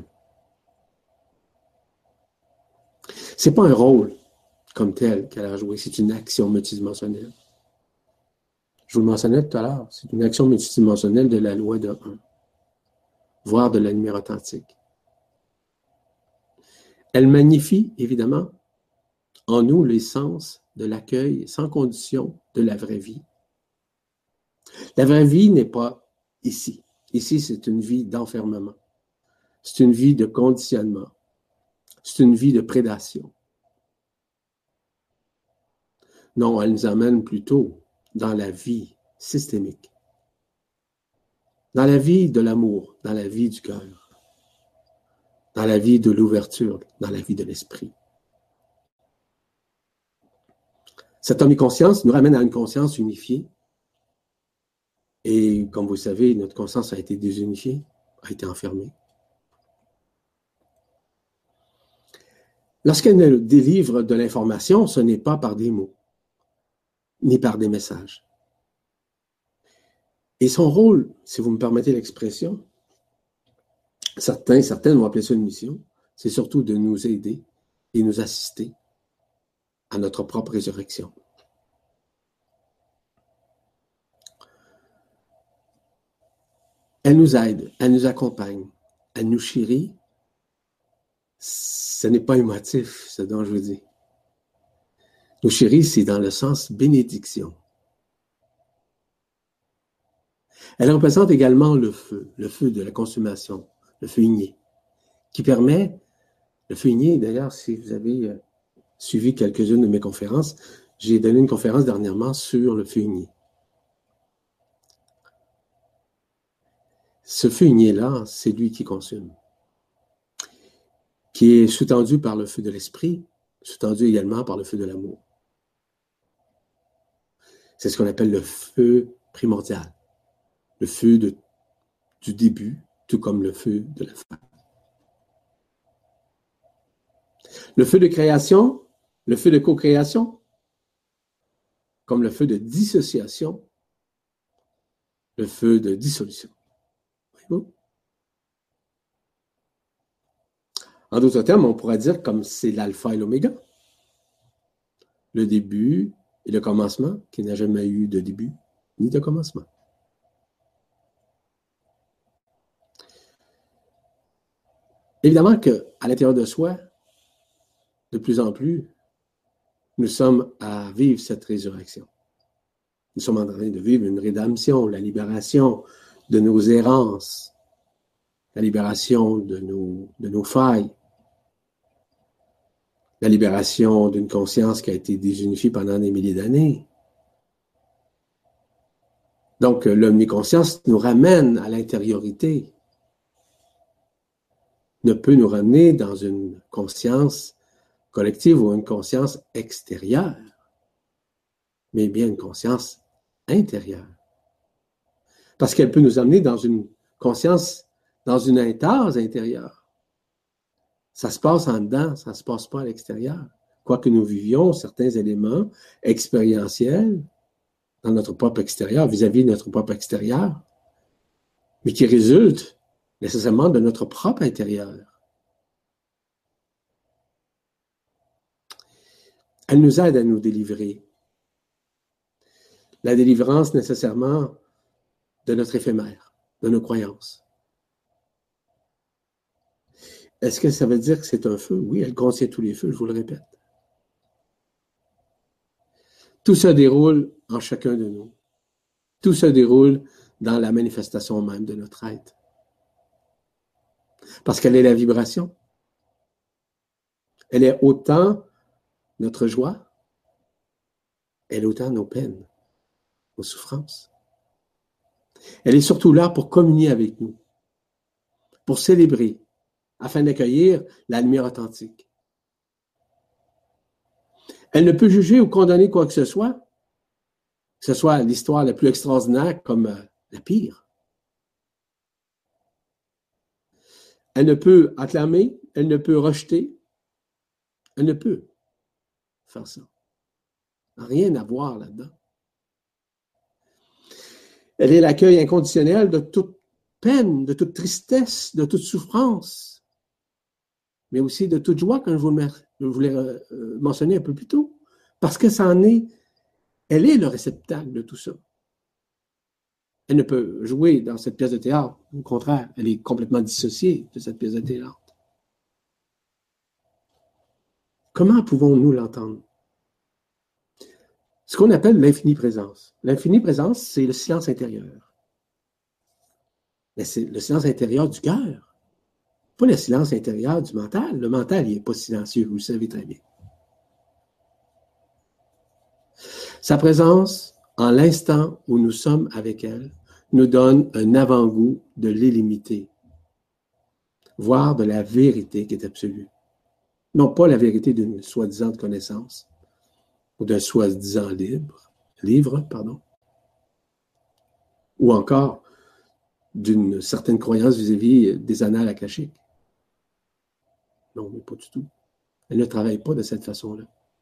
Ce n'est pas un rôle comme tel qu'elle a joué, c'est une action multidimensionnelle. Je vous le mentionnais tout à l'heure, c'est une action multidimensionnelle de la loi de 1, voire de la lumière authentique. Elle magnifie, évidemment, en nous les sens de l'accueil sans condition de la vraie vie. La vraie vie n'est pas ici. Ici, c'est une vie d'enfermement. C'est une vie de conditionnement. C'est une vie de prédation. Non, elle nous amène plutôt dans la vie systémique, dans la vie de l'amour, dans la vie du cœur, dans la vie de l'ouverture, dans la vie de l'esprit. Cette omniconscience nous ramène à une conscience unifiée. Et comme vous le savez, notre conscience a été désunifiée, a été enfermée. Lorsqu'elle nous délivre de l'information, ce n'est pas par des mots, ni par des messages. Et son rôle, si vous me permettez l'expression, certaines vont appeler ça une mission, c'est surtout de nous aider et nous assister à notre propre résurrection. Elle nous aide, elle nous accompagne, elle nous chérit. Ce n'est pas émotif, ce dont je vous dis. Nous chérit, c'est dans le sens bénédiction. Elle représente également le feu de la consommation, le feu igné, qui permet, le feu igné, d'ailleurs, si vous avez suivi quelques-unes de mes conférences, j'ai donné une conférence dernièrement sur le feu igné. Ce feu igné-là, c'est lui qui consume, qui est sous-tendu par le feu de l'esprit, sous-tendu également par le feu de l'amour. C'est ce qu'on appelle le feu primordial, le feu du début, tout comme le feu de la fin. Le feu de création, le feu de co-création, comme le feu de dissociation, le feu de dissolution. Voyez-vous? En d'autres termes, on pourrait dire comme c'est l'alpha et l'oméga. Le début et le commencement, qui n'a jamais eu de début ni de commencement. Évidemment qu'à l'intérieur de soi, de plus en plus, nous sommes à vivre cette résurrection. Nous sommes en train de vivre une rédemption, la libération de nos errances, la libération de nos failles, la libération d'une conscience qui a été désunifiée pendant des milliers d'années. Donc, l'omniconscience nous ramène à l'intériorité, ne peut nous ramener dans une conscience collective ou une conscience extérieure, mais bien une conscience intérieure. Parce qu'elle peut nous amener dans une conscience, dans une intase intérieure. Ça se passe en dedans, ça ne se passe pas à l'extérieur. Quoique nous vivions certains éléments expérientiels dans notre propre extérieur, vis-à-vis de notre propre extérieur, mais qui résultent nécessairement de notre propre intérieur. Elle nous aide à nous délivrer. La délivrance nécessairement de notre éphémère, de nos croyances. Est-ce que ça veut dire que c'est un feu? Oui, elle contient tous les feux, je vous le répète. Tout se déroule en chacun de nous. Tout se déroule dans la manifestation même de notre être. Parce qu'elle est la vibration. Elle est autant notre joie, elle est autant nos peines, nos souffrances. Elle est surtout là pour communier avec nous, pour célébrer, afin d'accueillir la lumière authentique. Elle ne peut juger ou condamner quoi que ce soit l'histoire la plus extraordinaire comme la pire. Elle ne peut acclamer, elle ne peut rejeter, elle ne peut faire ça. Rien à voir là-dedans. Elle est l'accueil inconditionnel de toute peine, de toute tristesse, de toute souffrance, mais aussi de toute joie, comme je voulais mentionner un peu plus tôt, parce que elle est le réceptacle de tout ça. Elle ne peut jouer dans cette pièce de théâtre. Au contraire, elle est complètement dissociée de cette pièce de théâtre. Comment pouvons-nous l'entendre? Ce qu'on appelle l'infinie présence. L'infinie présence, c'est le silence intérieur. Mais c'est le silence intérieur du cœur, pas le silence intérieur du mental. Le mental, il n'est pas silencieux, vous le savez très bien. Sa présence, en l'instant où nous sommes avec elle, nous donne un avant-goût de l'illimité, voire de la vérité qui est absolue. Non pas la vérité d'une soi-disant connaissance, ou d'un soi-disant livre, ou encore d'une certaine croyance vis-à-vis des annales akashiques. Non, mais pas du tout. Elle ne travaille pas de cette façon-là.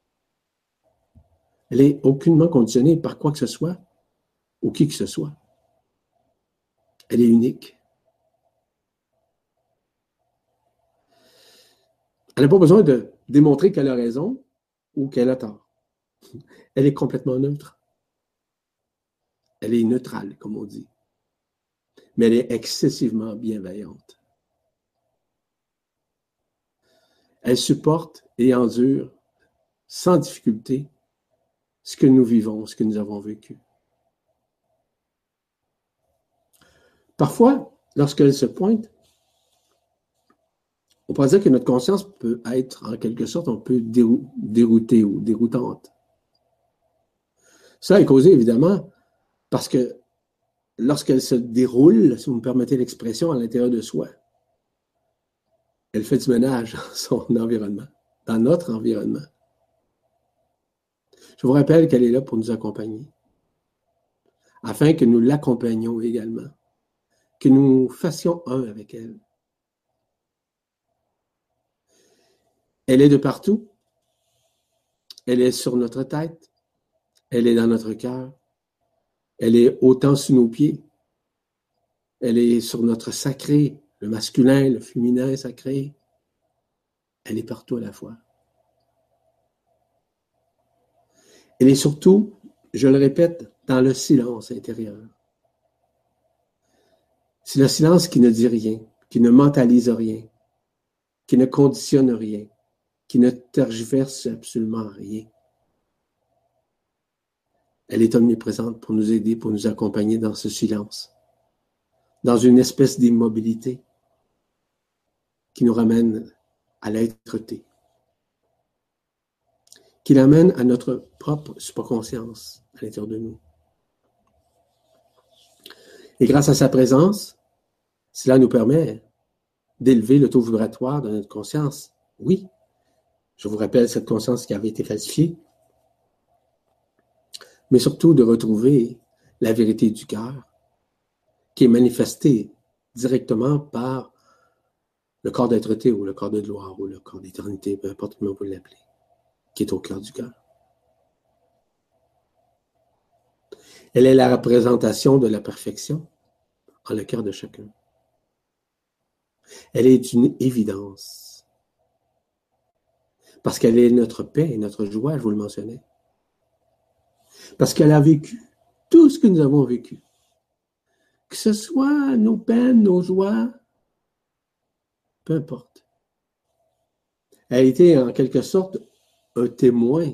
Elle est aucunement conditionnée par quoi que ce soit ou qui que ce soit. Elle est unique. Elle n'a pas besoin de démontrer qu'elle a raison ou qu'elle a tort. Elle est complètement neutre. Elle est neutrale, comme on dit. Mais elle est excessivement bienveillante. Elle supporte et endure sans difficulté ce que nous vivons, ce que nous avons vécu. Parfois, lorsqu'elle se pointe, on pourrait dire que notre conscience peut être, en quelque sorte, un peu déroutée ou déroutante. Ça est causé, évidemment, parce que lorsqu'elle se déroule, si vous me permettez l'expression, à l'intérieur de soi, elle fait du ménage dans son environnement, dans notre environnement. Je vous rappelle qu'elle est là pour nous accompagner, afin que nous l'accompagnions également, que nous fassions un avec elle. Elle est de partout. Elle est sur notre tête. Elle est dans notre cœur. Elle est autant sous nos pieds. Elle est sur notre sacré, le masculin, le féminin sacré. Elle est partout à la fois. Elle est surtout, je le répète, dans le silence intérieur. C'est le silence qui ne dit rien, qui ne mentalise rien, qui ne conditionne rien, qui ne tergiverse absolument rien. Elle est omniprésente pour nous aider, pour nous accompagner dans ce silence, dans une espèce d'immobilité qui nous ramène à l'être-té, qui l'amène à notre propre supraconscience à l'intérieur de nous. Et grâce à sa présence, cela nous permet d'élever le taux vibratoire de notre conscience. Oui, je vous rappelle cette conscience qui avait été falsifiée, mais surtout de retrouver la vérité du cœur, qui est manifestée directement par le corps d'être-té ou le corps de gloire ou le corps d'éternité, peu importe comment vous l'appelez, qui est au cœur du cœur. Elle est la représentation de la perfection en le cœur de chacun. Elle est une évidence. Parce qu'elle est notre paix et notre joie, je vous le mentionnais. Parce qu'elle a vécu tout ce que nous avons vécu. Que ce soit nos peines, nos joies, peu importe. Elle a été en quelque sorte un témoin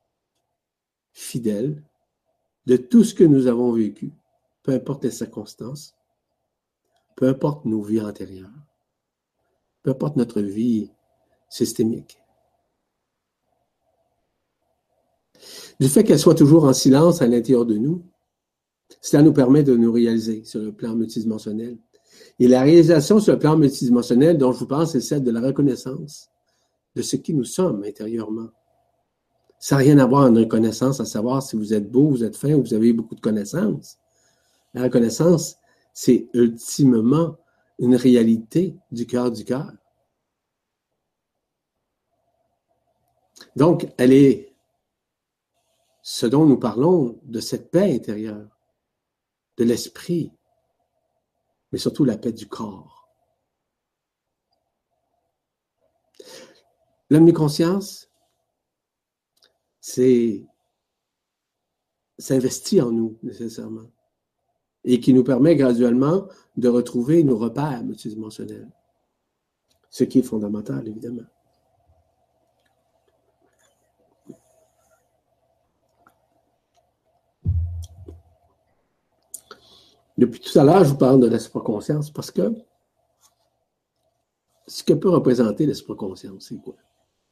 fidèle de tout ce que nous avons vécu, peu importe les circonstances, peu importe nos vies antérieures, peu importe notre vie systémique. Du fait qu'elle soit toujours en silence à l'intérieur de nous, cela nous permet de nous réaliser sur le plan multidimensionnel. Et la réalisation sur le plan multidimensionnel dont je vous parle, c'est celle de la reconnaissance de ce qui nous sommes intérieurement. Ça n'a rien à voir avec une reconnaissance, à savoir si vous êtes beau, vous êtes fin ou vous avez beaucoup de connaissances. La reconnaissance, c'est ultimement une réalité du cœur du cœur. Donc, elle est ce dont nous parlons de cette paix intérieure, de l'esprit, mais surtout la paix du corps. L'omniconscience, c'est s'investir en nous, nécessairement, et qui nous permet graduellement de retrouver nos repères multidimensionnels, ce qui est fondamental, évidemment. Depuis tout à l'heure, je vous parle de l'esprit-conscience parce que ce que peut représenter l'esprit-conscience, c'est quoi?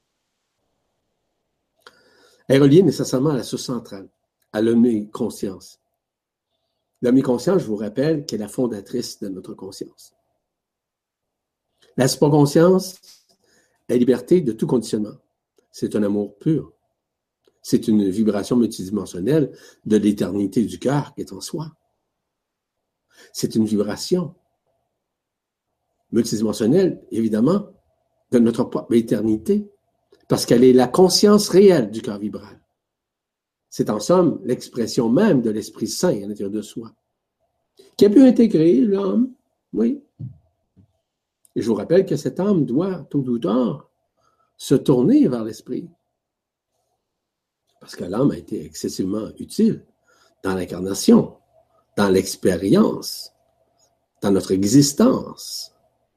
Elle est reliée nécessairement à la source centrale, à l'omniconscience. L'omniconscience, je vous rappelle, qu'est la fondatrice de notre conscience. L'esprit-conscience est liberté de tout conditionnement. C'est un amour pur. C'est une vibration multidimensionnelle de l'éternité du cœur qui est en soi. C'est une vibration multidimensionnelle, évidemment, de notre propre éternité, parce qu'elle est la conscience réelle du cœur vibral. C'est en somme l'expression même de l'Esprit Saint à l'intérieur de soi, qui a pu intégrer l'âme, oui. Et je vous rappelle que cette âme doit, tôt ou tard, se tourner vers l'Esprit, parce que l'âme a été excessivement utile dans l'incarnation, dans l'expérience, dans notre existence.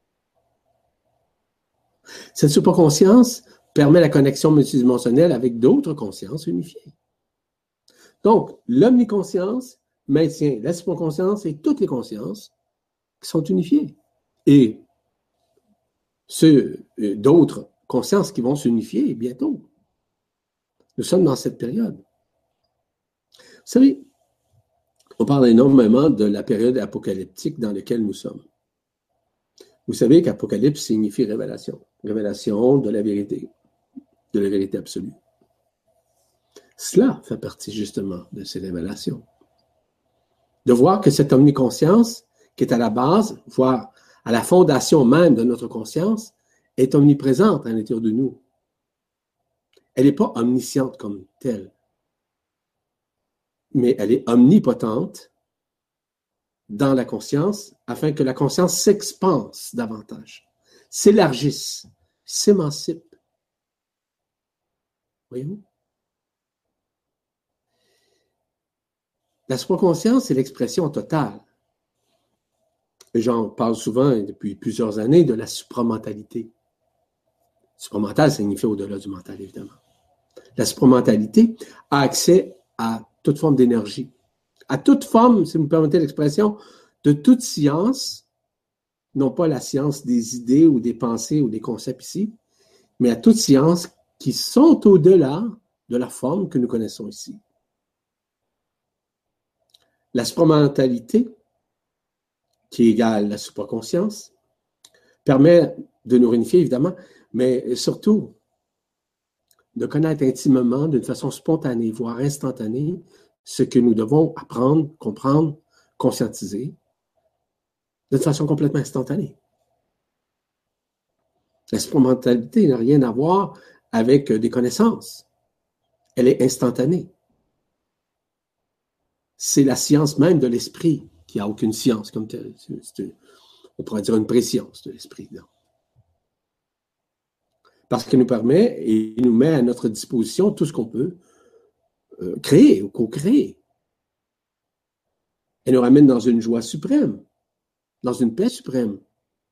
Cette superconscience permet la connexion multidimensionnelle avec d'autres consciences unifiées. Donc, l'omniconscience maintient la superconscience et toutes les consciences qui sont unifiées. Et d'autres consciences qui vont s'unifier bientôt. Nous sommes dans cette période. Vous savez, on parle énormément de la période apocalyptique dans laquelle nous sommes. Vous savez qu'apocalypse signifie révélation. Révélation de la vérité absolue. Cela fait partie justement de ces révélations. De voir que cette omniconscience, qui est à la base, voire à la fondation même de notre conscience, est omniprésente à l'intérieur de nous. Elle n'est pas omnisciente comme telle, mais elle est omnipotente dans la conscience afin que la conscience s'expanse davantage, s'élargisse, s'émancipe. Voyez-vous? La supraconscience est l'expression totale. J'en parle souvent depuis plusieurs années de la supramentalité. Supramentale signifie au-delà du mental, évidemment. La supramentalité a accès à toute forme d'énergie, à toute forme, si vous me permettez l'expression, de toute science, non pas la science des idées ou des pensées ou des concepts ici, mais à toute science qui sont au-delà de la forme que nous connaissons ici. La supramentalité, qui égale la supraconscience, permet de nous réunifier, évidemment, mais surtout de connaître intimement, d'une façon spontanée, voire instantanée, ce que nous devons apprendre, comprendre, conscientiser, d'une façon complètement instantanée. La supramentalité n'a rien à voir avec des connaissances. Elle est instantanée. C'est la science même de l'esprit, qui n'a aucune science comme telle. On pourrait dire une préscience de l'esprit. Non. Parce qu'elle nous permet et nous met à notre disposition tout ce qu'on peut créer ou co-créer. Elle nous ramène dans une joie suprême, dans une paix suprême.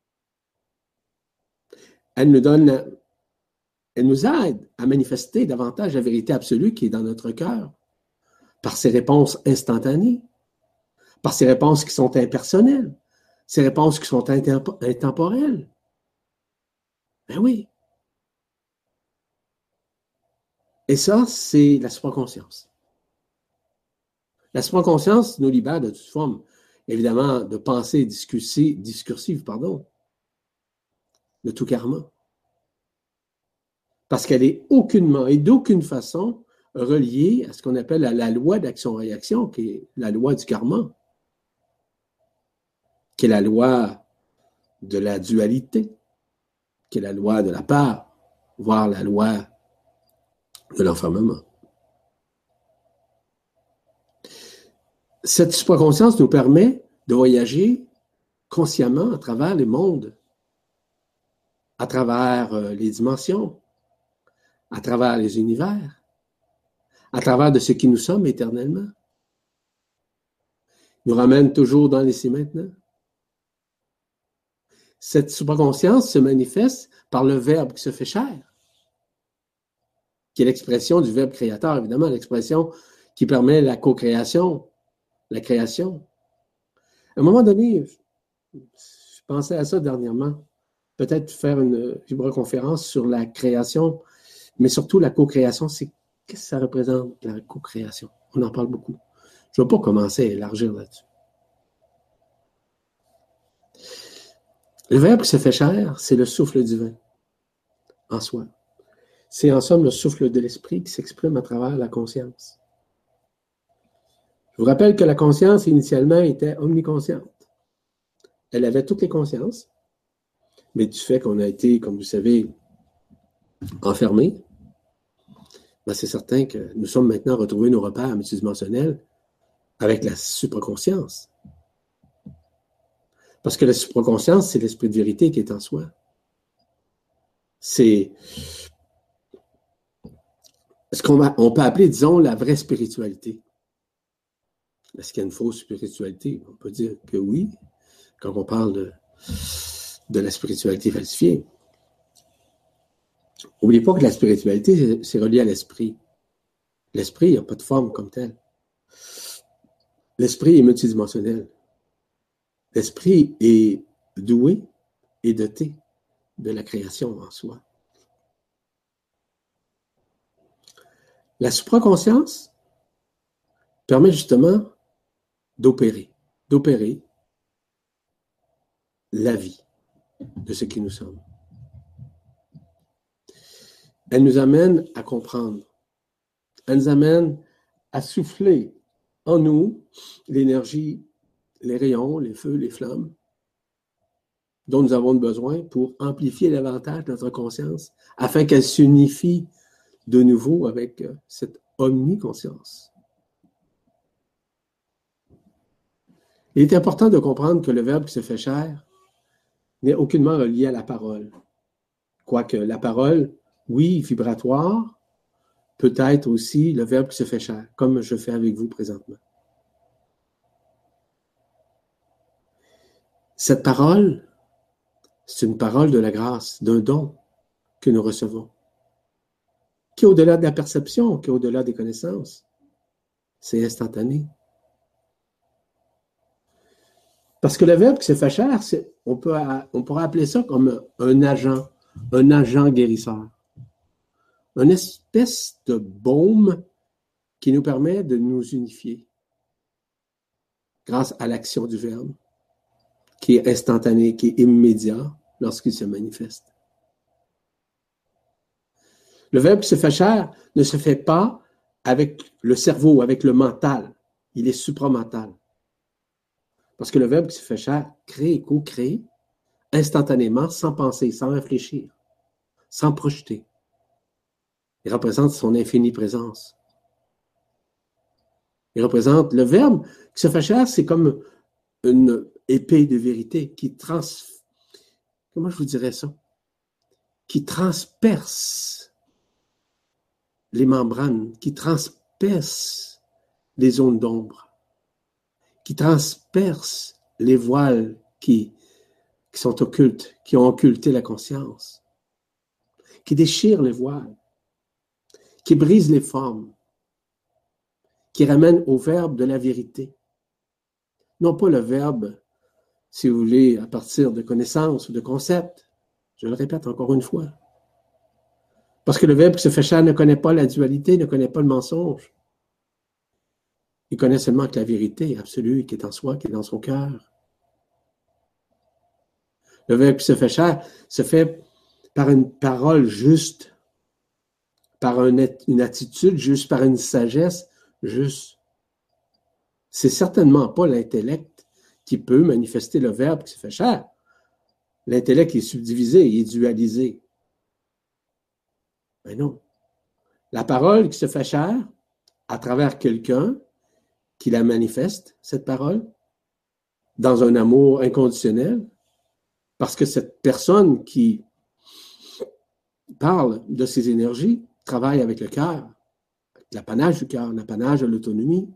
Elle nous aide à manifester davantage la vérité absolue qui est dans notre cœur, par ses réponses instantanées, par ses réponses qui sont impersonnelles, ses réponses qui sont intemporelles. Ben oui. Et ça, c'est la supraconscience. La supraconscience nous libère de toute forme, évidemment, de pensée discursive, de tout karma. Parce qu'elle est aucunement et d'aucune façon reliée à ce qu'on appelle la loi d'action-réaction, qui est la loi du karma, qui est la loi de la dualité, qui est la loi de la peur, voire la loi de l'enfermement. Cette supraconscience nous permet de voyager consciemment à travers les mondes, à travers les dimensions, à travers les univers, à travers de ce qui nous sommes éternellement. Nous ramène toujours dans l'ici maintenant. Cette supraconscience se manifeste par le Verbe qui se fait chair, qui est l'expression du Verbe créateur, évidemment, l'expression qui permet la co-création, la création. À un moment donné, je pensais à ça dernièrement, peut-être faire une vibroconférence sur la création, mais surtout la co-création. Qu'est-ce que ça représente, la co-création? On en parle beaucoup. Je ne vais pas commencer à élargir là-dessus. Le Verbe qui se fait chair, c'est le souffle divin en soi. C'est en somme le souffle de l'esprit qui s'exprime à travers la conscience. Je vous rappelle que la conscience, initialement, était omniconsciente. Elle avait toutes les consciences, mais du fait qu'on a été, comme vous savez, enfermés, ben c'est certain que nous sommes maintenant retrouvés nos repères multidimensionnels avec la supraconscience. Parce que la supraconscience, c'est l'esprit de vérité qui est en soi. C'est ce qu'on peut appeler, disons, la vraie spiritualité. Est-ce qu'il y a une fausse spiritualité? On peut dire que oui, quand on parle de la spiritualité falsifiée. N'oubliez pas que la spiritualité, c'est relié à l'esprit. L'esprit, il n'y a pas de forme comme telle. L'esprit est multidimensionnel. L'esprit est doué et doté de la création en soi. La supraconscience permet justement d'opérer la vie de ce qui nous sommes. Elle nous amène à comprendre. Elle nous amène à souffler en nous l'énergie, les rayons, les feux, les flammes dont nous avons besoin pour amplifier davantage notre conscience afin qu'elle s'unifie de nouveau avec cette omniconscience. Il est important de comprendre que le Verbe qui se fait chair n'est aucunement relié à la parole. Quoique la parole, oui, vibratoire, peut être aussi le Verbe qui se fait chair, comme je fais avec vous présentement. Cette parole, c'est une parole de la grâce, d'un don que nous recevons, qui est au-delà de la perception, qui est au-delà des connaissances. C'est instantané. Parce que le Verbe qui se fait chair, on pourrait appeler ça comme un agent guérisseur. Une espèce de baume qui nous permet de nous unifier grâce à l'action du Verbe, qui est instantané, qui est immédiat lorsqu'il se manifeste. Le Verbe qui se fait chair ne se fait pas avec le cerveau, avec le mental. Il est supramental. Parce que le Verbe qui se fait chair crée et co-crée instantanément, sans penser, sans réfléchir, sans projeter. Il représente son infinie présence. Il représente le Verbe qui se fait chair, c'est comme une épée de vérité comment je vous dirais ça? Qui transperce les membranes, qui transperce les zones d'ombre, qui transperce les voiles qui sont occultes, qui ont occulté la conscience, qui déchire les voiles, qui brise les formes, qui ramène au Verbe de la vérité. Non pas le Verbe, si vous voulez, à partir de connaissances ou de concepts, Je le répète encore une fois. Parce que le Verbe qui se fait chair ne connaît pas la dualité, ne connaît pas le mensonge. Il connaît seulement que la vérité absolue qui est en soi, qui est dans son cœur. Le Verbe qui se fait chair se fait par une parole juste, par une attitude juste, par une sagesse juste. C'est certainement pas l'intellect qui peut manifester le Verbe qui se fait chair. L'intellect est subdivisé, il est dualisé. Mais non. La parole qui se fait chair, à travers quelqu'un qui la manifeste, cette parole, dans un amour inconditionnel, parce que cette personne qui parle de ses énergies travaille avec le cœur, l'apanage du cœur, l'apanage de l'autonomie.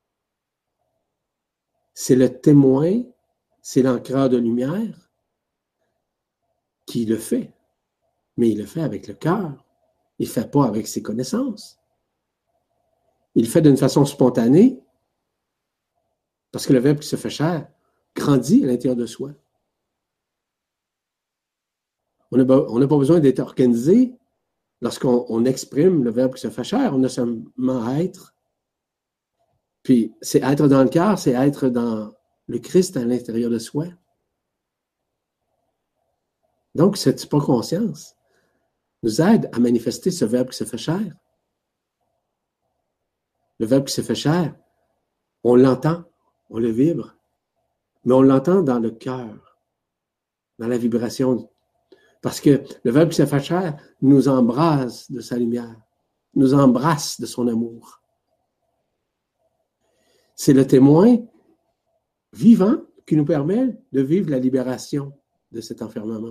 C'est le témoin, c'est l'ancreur de lumière qui le fait. Mais il le fait avec le cœur. Il ne fait pas avec ses connaissances. Il le fait d'une façon spontanée parce que le Verbe qui se fait chair grandit à l'intérieur de soi. On n'a pas besoin d'être organisé lorsqu'on exprime le Verbe qui se fait chair. On a seulement à être. Puis c'est être dans le cœur, c'est être dans le Christ à l'intérieur de soi. Donc, cette hypoconscience nous aide à manifester ce Verbe qui se fait chair. Le Verbe qui se fait chair, on l'entend, on le vibre, mais on l'entend dans le cœur, dans la vibration. Parce que le Verbe qui se fait chair nous embrasse de sa lumière, nous embrasse de son amour. C'est le témoin vivant qui nous permet de vivre la libération de cet enfermement.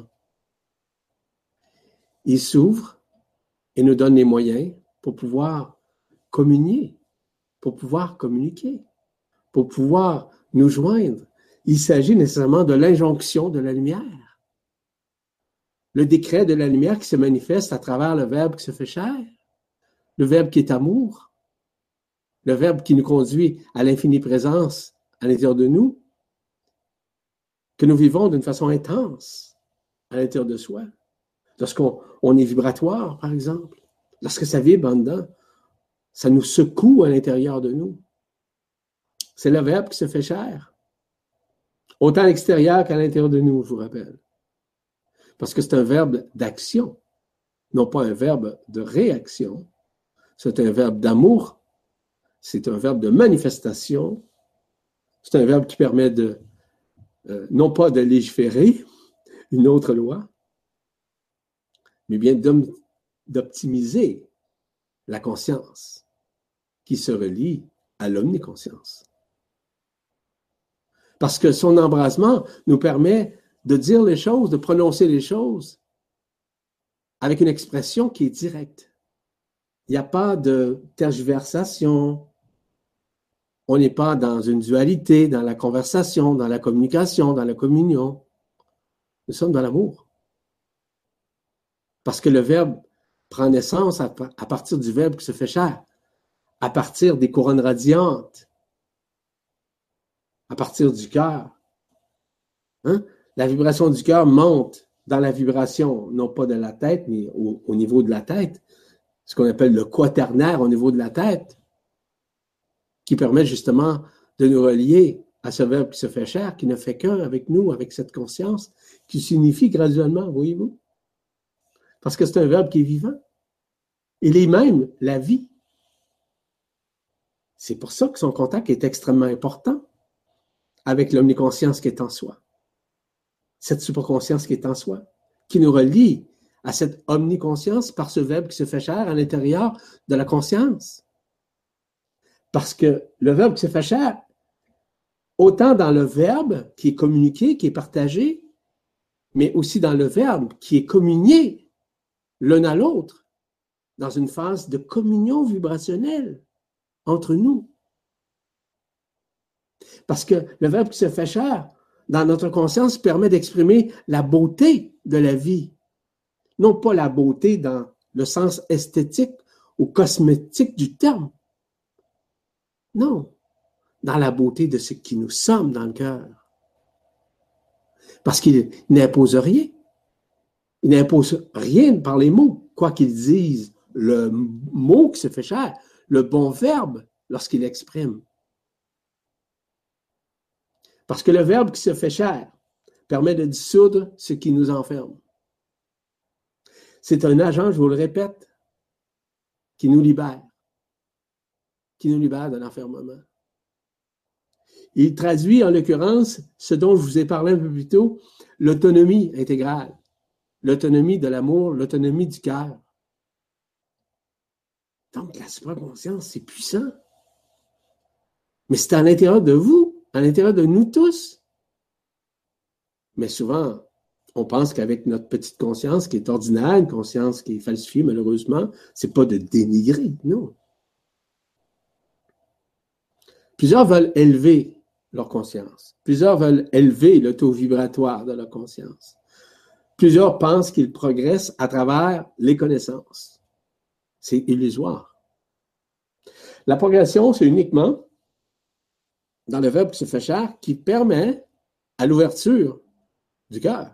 Il s'ouvre et nous donne les moyens pour pouvoir communier, pour pouvoir communiquer, pour pouvoir nous joindre. Il s'agit nécessairement de l'injonction de la lumière. Le décret de la lumière qui se manifeste à travers le Verbe qui se fait chair, le Verbe qui est amour, le Verbe qui nous conduit à l'infinie présence à l'intérieur de nous, que nous vivons d'une façon intense à l'intérieur de soi. Lorsqu'on est vibratoire, par exemple, lorsque ça vibre en dedans, ça nous secoue à l'intérieur de nous. C'est le Verbe qui se fait chair. Autant à l'extérieur qu'à l'intérieur de nous, je vous rappelle. Parce que c'est un verbe d'action, non pas un verbe de réaction. C'est un verbe d'amour. C'est un verbe de manifestation. C'est un verbe qui permet de, non pas de légiférer une autre loi, mais bien d'optimiser la conscience qui se relie à l'omniconscience. Parce que son embrasement nous permet de dire les choses, de prononcer les choses avec une expression qui est directe. Il n'y a pas de tergiversation. On n'est pas dans une dualité, dans la conversation, dans la communication, dans la communion. Nous sommes dans l'amour. Parce que le Verbe prend naissance à partir du Verbe qui se fait chair, à partir des couronnes radiantes, à partir du cœur. Hein? La vibration du cœur monte dans la vibration, non pas de la tête, mais au niveau de la tête, ce qu'on appelle le quaternaire au niveau de la tête, qui permet justement de nous relier à ce Verbe qui se fait chair, qui ne fait qu'un avec nous, avec cette conscience, qui s'unifie graduellement, voyez-vous? Parce que c'est un Verbe qui est vivant. Il est même la vie. C'est pour ça que son contact est extrêmement important avec l'omniconscience qui est en soi. Cette superconscience qui est en soi, qui nous relie à cette omniconscience par ce Verbe qui se fait chair à l'intérieur de la conscience. Parce que le Verbe qui se fait chair, autant dans le Verbe qui est communiqué, qui est partagé, mais aussi dans le Verbe qui est communié l'un à l'autre, dans une phase de communion vibrationnelle entre nous. Parce que le Verbe qui se fait chair, dans notre conscience, permet d'exprimer la beauté de la vie. Non pas la beauté dans le sens esthétique ou cosmétique du terme. Non, dans la beauté de ce qui nous sommes dans le cœur. Parce qu'il n'impose rien. Il n'impose rien par les mots, quoi qu'il dise. Le mot qui se fait chair, le bon verbe lorsqu'il exprime. Parce que le verbe qui se fait chair permet de dissoudre ce qui nous enferme. C'est un agent, je vous le répète, qui nous libère de l'enfermement. Il traduit, en l'occurrence, ce dont je vous ai parlé un peu plus tôt, l'autonomie intégrale, l'autonomie de l'amour, l'autonomie du cœur. Donc, la supraconscience, c'est puissant. Mais c'est à l'intérieur de vous, à l'intérieur de nous tous. Mais souvent, on pense qu'avec notre petite conscience qui est ordinaire, une conscience qui est falsifiée malheureusement, c'est pas de dénigrer, non. Plusieurs veulent élever leur conscience. Plusieurs veulent élever le taux vibratoire de leur conscience. Plusieurs pensent qu'ils progressent à travers les connaissances. C'est illusoire. La progression, c'est uniquement dans le verbe qui se fait chair qui permet à l'ouverture du cœur.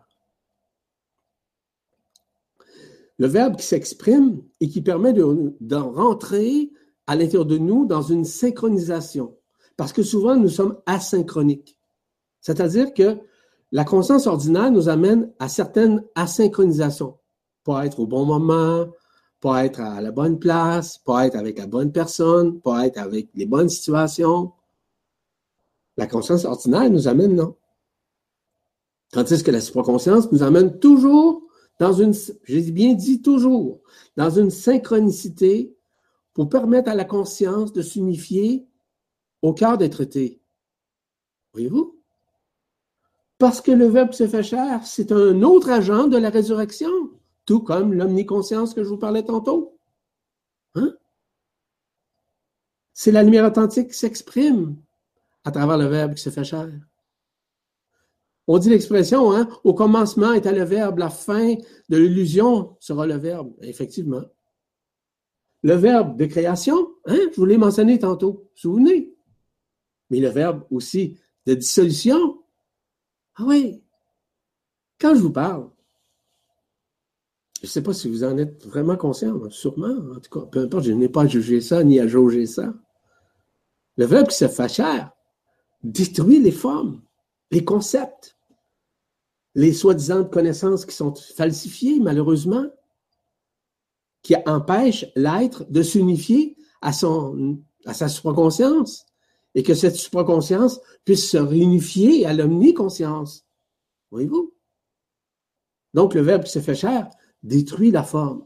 Le verbe qui s'exprime et qui permet de rentrer à l'intérieur de nous dans une synchronisation. Parce que souvent, nous sommes asynchroniques. C'est-à-dire que la conscience ordinaire nous amène à certaines asynchronisations. Pas être au bon moment, pas être à la bonne place, pas être avec la bonne personne, pas être avec les bonnes situations. La conscience ordinaire nous amène non. Tandis que la supraconscience nous amène toujours dans une, j'ai bien dit toujours, dans une synchronicité pour permettre à la conscience de s'unifier au cœur d'être-té. Voyez-vous? Parce que le verbe se fait chair, c'est un autre agent de la résurrection, tout comme l'omniconscience que je vous parlais tantôt. Hein? C'est la lumière authentique qui s'exprime à travers le verbe qui se fait chair. On dit l'expression, hein, au commencement était le verbe, la fin de l'illusion sera le verbe. Effectivement. Le verbe de création, hein, je vous l'ai mentionné tantôt, vous vous souvenez? Mais le verbe aussi de dissolution. Ah oui. Quand je vous parle, je ne sais pas si vous en êtes vraiment conscient, sûrement, en tout cas, peu importe, je n'ai pas à juger ça ni à jauger ça. Le verbe qui se fait chair détruit les formes, les concepts, les soi-disant connaissances qui sont falsifiées, malheureusement, qui empêchent l'être de s'unifier à sa supraconscience et que cette supraconscience puisse se réunifier à l'omniconscience. Voyez-vous? Donc, le verbe qui se fait chair détruit la forme,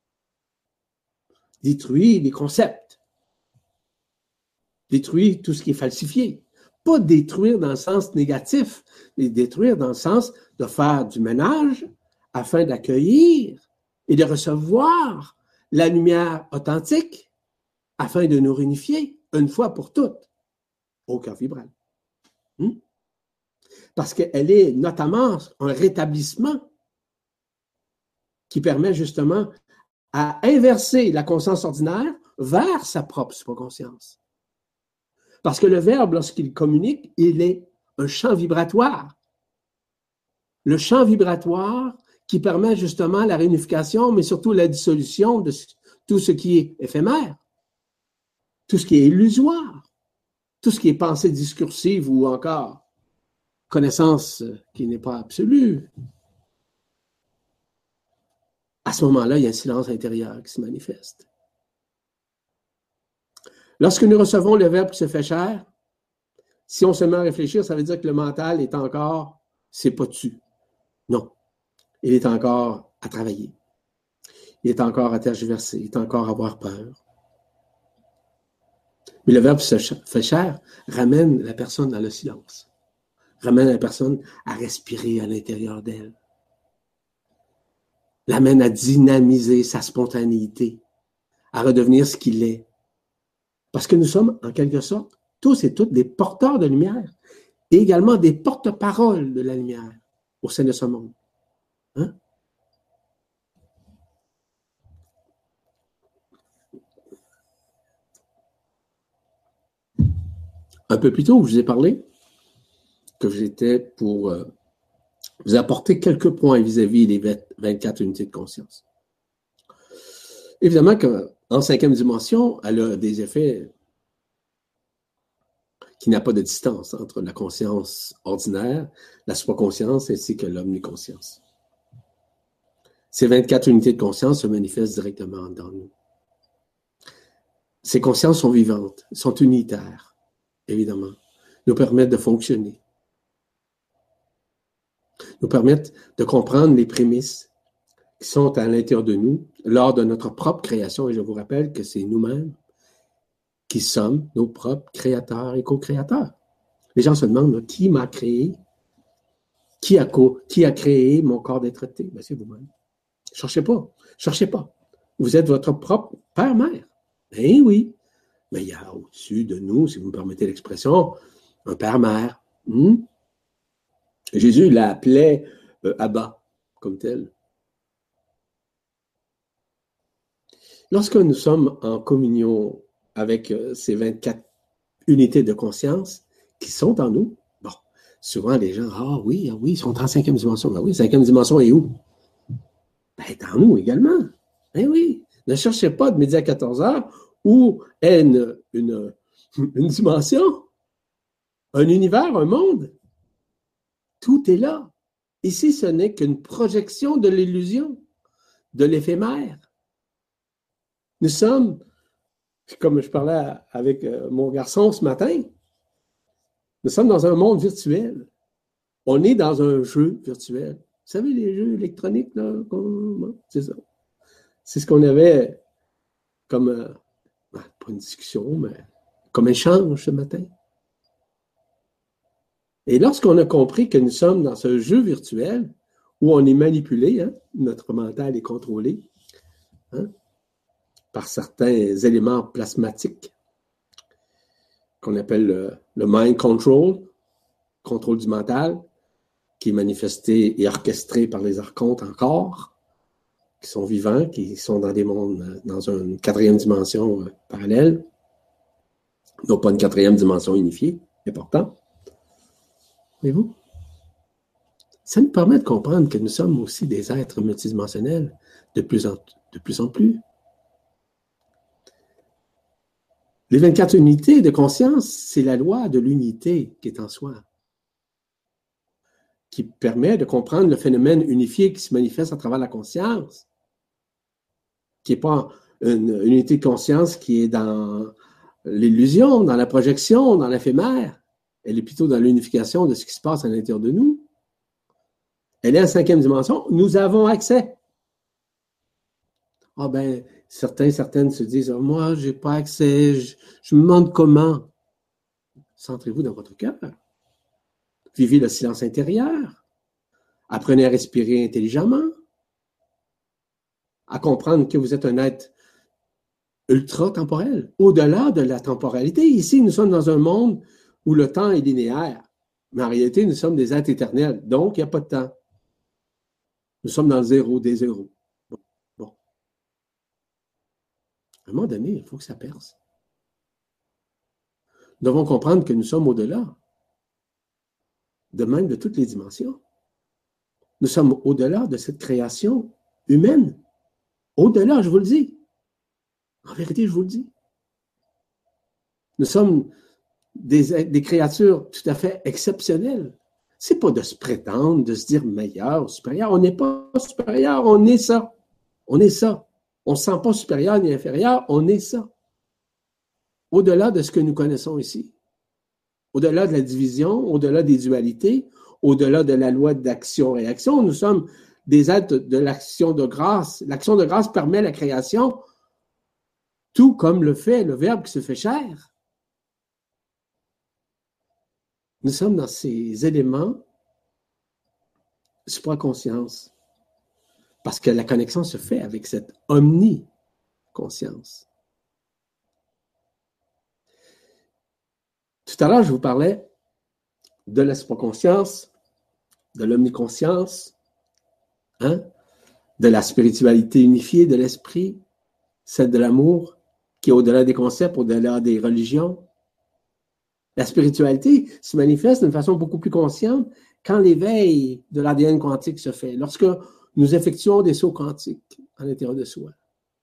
détruit les concepts, détruit tout ce qui est falsifié. Pas détruire dans le sens négatif, mais détruire dans le sens de faire du ménage afin d'accueillir et de recevoir la lumière authentique afin de nous réunifier une fois pour toutes au cœur vibral. Parce qu'elle est notamment un rétablissement qui permet justement à inverser la conscience ordinaire vers sa propre supraconscience. Parce que le verbe, lorsqu'il communique, il est un champ vibratoire. Le champ vibratoire qui permet justement la réunification, mais surtout la dissolution de tout ce qui est éphémère, tout ce qui est illusoire, tout ce qui est pensée discursive ou encore connaissance qui n'est pas absolue. À ce moment-là, il y a un silence intérieur qui se manifeste. Lorsque nous recevons le verbe qui se fait chair, si on se met à réfléchir, ça veut dire que le mental est encore, c'est pas dessus. Non. Il est encore à travailler. Il est encore à tergiverser. Il est encore à avoir peur. Mais le verbe qui se fait chair ramène la personne dans le silence. Ramène la personne à respirer à l'intérieur d'elle. L'amène à dynamiser sa spontanéité, à redevenir ce qu'il est. Parce que nous sommes, en quelque sorte, tous et toutes des porteurs de lumière et également des porte-paroles de la lumière au sein de ce monde. Hein? Un peu plus tôt, je vous ai parlé que j'étais pour vous apporter quelques points vis-à-vis des 24 unités de conscience. Évidemment qu'en cinquième dimension, elle a des effets qui n'a pas de distance entre la conscience ordinaire, la supraconscience ainsi que l'omniconscience. Ces 24 unités de conscience se manifestent directement dans nous. Ces consciences sont vivantes, sont unitaires, évidemment, nous permettent de fonctionner, nous permettent de comprendre les prémices qui sont à l'intérieur de nous lors de notre propre création. Et je vous rappelle que c'est nous-mêmes qui sommes nos propres créateurs et co-créateurs. Les gens se demandent, qui m'a créé? Qui a créé mon corps d'être-té? Ben, c'est vous-même. Cherchez pas. Vous êtes votre propre père-mère. Ben oui. Mais il y a au-dessus de nous, si vous me permettez l'expression, un père-mère. Jésus l'appelait Abba, comme tel. Lorsque nous sommes en communion avec ces 24 unités de conscience qui sont en nous, bon, souvent les gens, oui, ils sont en cinquième dimension. Ben oui, cinquième dimension est où? Ben, en nous également. Ben oui. Ne cherchez pas de midi à 14 heures où est une dimension, un univers, un monde. Tout est là. Ici, ce n'est qu'une projection de l'illusion, de l'éphémère. Nous sommes, comme je parlais avec mon garçon ce matin, nous sommes dans un monde virtuel. On est dans un jeu virtuel. Vous savez, les jeux électroniques, là, c'est ça. C'est ce qu'on avait comme, pas une discussion, mais comme échange ce matin. Et lorsqu'on a compris que nous sommes dans ce jeu virtuel où on est manipulé, notre mental est contrôlé par certains éléments plasmatiques qu'on appelle le mind control, contrôle du mental, qui est manifesté et orchestré par les archontes encore, qui sont vivants, qui sont dans des mondes, dans une quatrième dimension parallèle, non pas une quatrième dimension unifiée, important. Voyez-vous? Ça nous permet de comprendre que nous sommes aussi des êtres multidimensionnels de plus en plus. Les 24 unités de conscience, c'est la loi de l'unité qui est en soi, qui permet de comprendre le phénomène unifié qui se manifeste à travers la conscience, qui n'est pas une unité de conscience qui est dans l'illusion, dans la projection, dans l'éphémère. Elle est plutôt dans l'unification de ce qui se passe à l'intérieur de nous. Elle est en cinquième dimension. Nous avons accès. Certaines se disent, moi, je n'ai pas accès, je me demande comment. Centrez-vous dans votre cœur. Vivez le silence intérieur. Apprenez à respirer intelligemment. À comprendre que vous êtes un être ultra-temporel, au-delà de la temporalité. Ici, nous sommes dans un monde où le temps est linéaire. Mais en réalité, nous sommes des êtres éternels. Donc, il n'y a pas de temps. Nous sommes dans le zéro des zéros. Bon. À un moment donné, il faut que ça perce. Nous devons comprendre que nous sommes au-delà, de même de toutes les dimensions. Nous sommes au-delà de cette création humaine. Au-delà, je vous le dis. En vérité, je vous le dis. Nous sommes des créatures tout à fait exceptionnelles. C'est pas de se prétendre, de se dire meilleur, supérieur. On n'est pas supérieur, on est ça. On est ça. On ne se sent pas supérieur ni inférieur, on est ça. Au-delà de ce que nous connaissons ici. Au-delà de la division, au-delà des dualités, au-delà de la loi d'action-réaction, nous sommes des êtres de l'action de grâce. L'action de grâce permet la création, tout comme le fait le Verbe qui se fait chair. Nous sommes dans ces éléments supraconscience, parce que la connexion se fait avec cette omniconscience. Tout à l'heure, je vous parlais de la supraconscience, de l'omniconscience, de la spiritualité unifiée de l'esprit, celle de l'amour, qui est au-delà des concepts, au-delà des religions. La spiritualité se manifeste d'une façon beaucoup plus consciente quand l'éveil de l'ADN quantique se fait, lorsque nous effectuons des sauts quantiques à l'intérieur de soi,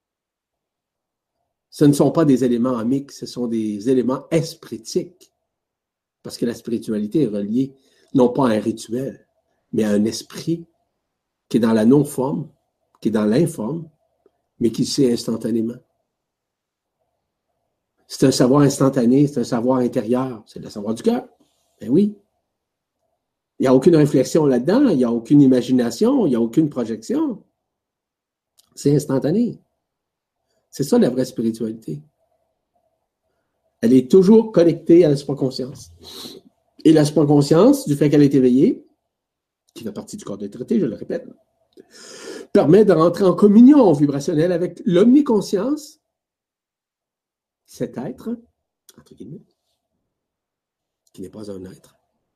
ce ne sont pas des éléments amiques, ce sont des éléments espritiques. Parce que la spiritualité est reliée non pas à un rituel, mais à un esprit qui est dans la non-forme, qui est dans l'informe, mais qui sait instantanément. C'est un savoir instantané, c'est un savoir intérieur, c'est le savoir du cœur. Ben oui. Il n'y a aucune réflexion là-dedans, il n'y a aucune imagination, il n'y a aucune projection. C'est instantané. C'est ça la vraie spiritualité. Elle est toujours connectée à la supraconscience. Et la supraconscience, du fait qu'elle est éveillée, qui fait partie du corps de traité, je le répète, permet de rentrer en communion vibrationnelle avec l'omniconscience, cet être, entre guillemets, qui n'est pas un être,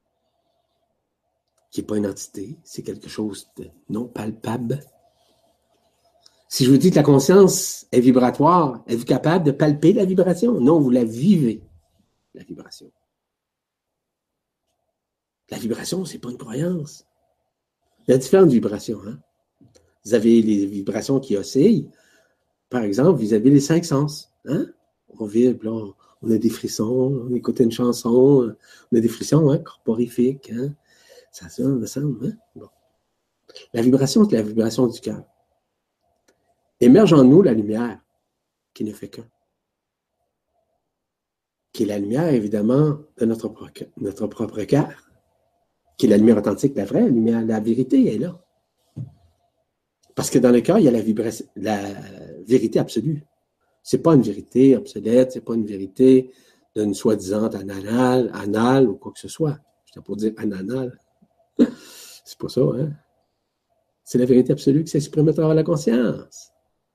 qui n'est pas une entité, c'est quelque chose de non palpable. Si je vous dis que la conscience est vibratoire, êtes-vous capable de palper la vibration? Non, vous la vivez, la vibration. La vibration, c'est pas une croyance. Il y a différentes vibrations. Hein? Vous avez les vibrations qui oscillent, par exemple, vis-à-vis les 5 sens. Hein? On vibre, là, on a des frissons, on écoute une chanson, on a des frissons hein, corporifiques. Hein? Ça sonne. Hein? Bon. La vibration, c'est la vibration du cœur. Émerge en nous la lumière, qui ne fait qu'un. Qui est la lumière, évidemment, de notre propre cœur. Qui est la lumière authentique, la vraie lumière, la vérité est là. Parce que dans le cœur, il y a la vérité absolue. C'est pas une vérité obsolète, c'est pas une vérité d'une soi-disant anale ou quoi que ce soit. Je t'ai pour dire ananal. C'est pas ça, hein? C'est la vérité absolue qui s'exprime à travers la conscience.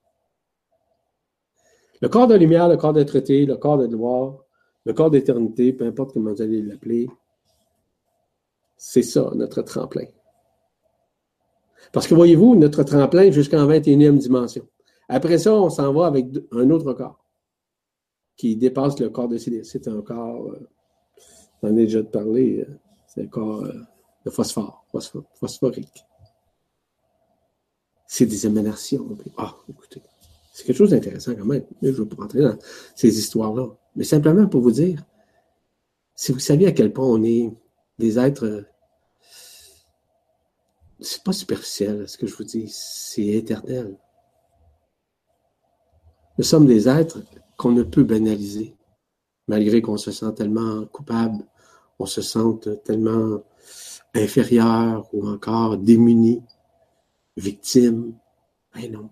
Le corps de lumière, le corps de traité, le corps de gloire, le corps d'éternité, peu importe comment vous allez l'appeler, c'est ça, notre tremplin. Parce que voyez-vous, notre tremplin jusqu'en 21e dimension. Après ça, on s'en va avec un autre corps qui dépasse le corps de Silice. C'est un corps, j'en ai déjà parlé, c'est un corps de phosphorique. C'est des émanations. Écoutez, c'est quelque chose d'intéressant quand même. Je ne veux pas rentrer dans ces histoires-là. Mais simplement pour vous dire, si vous saviez à quel point on est des êtres, c'est pas superficiel ce que je vous dis, c'est éternel. Nous sommes des êtres qu'on ne peut banaliser, malgré qu'on se sent tellement coupable, on se sente tellement inférieur ou encore démuni, victime. Ben non.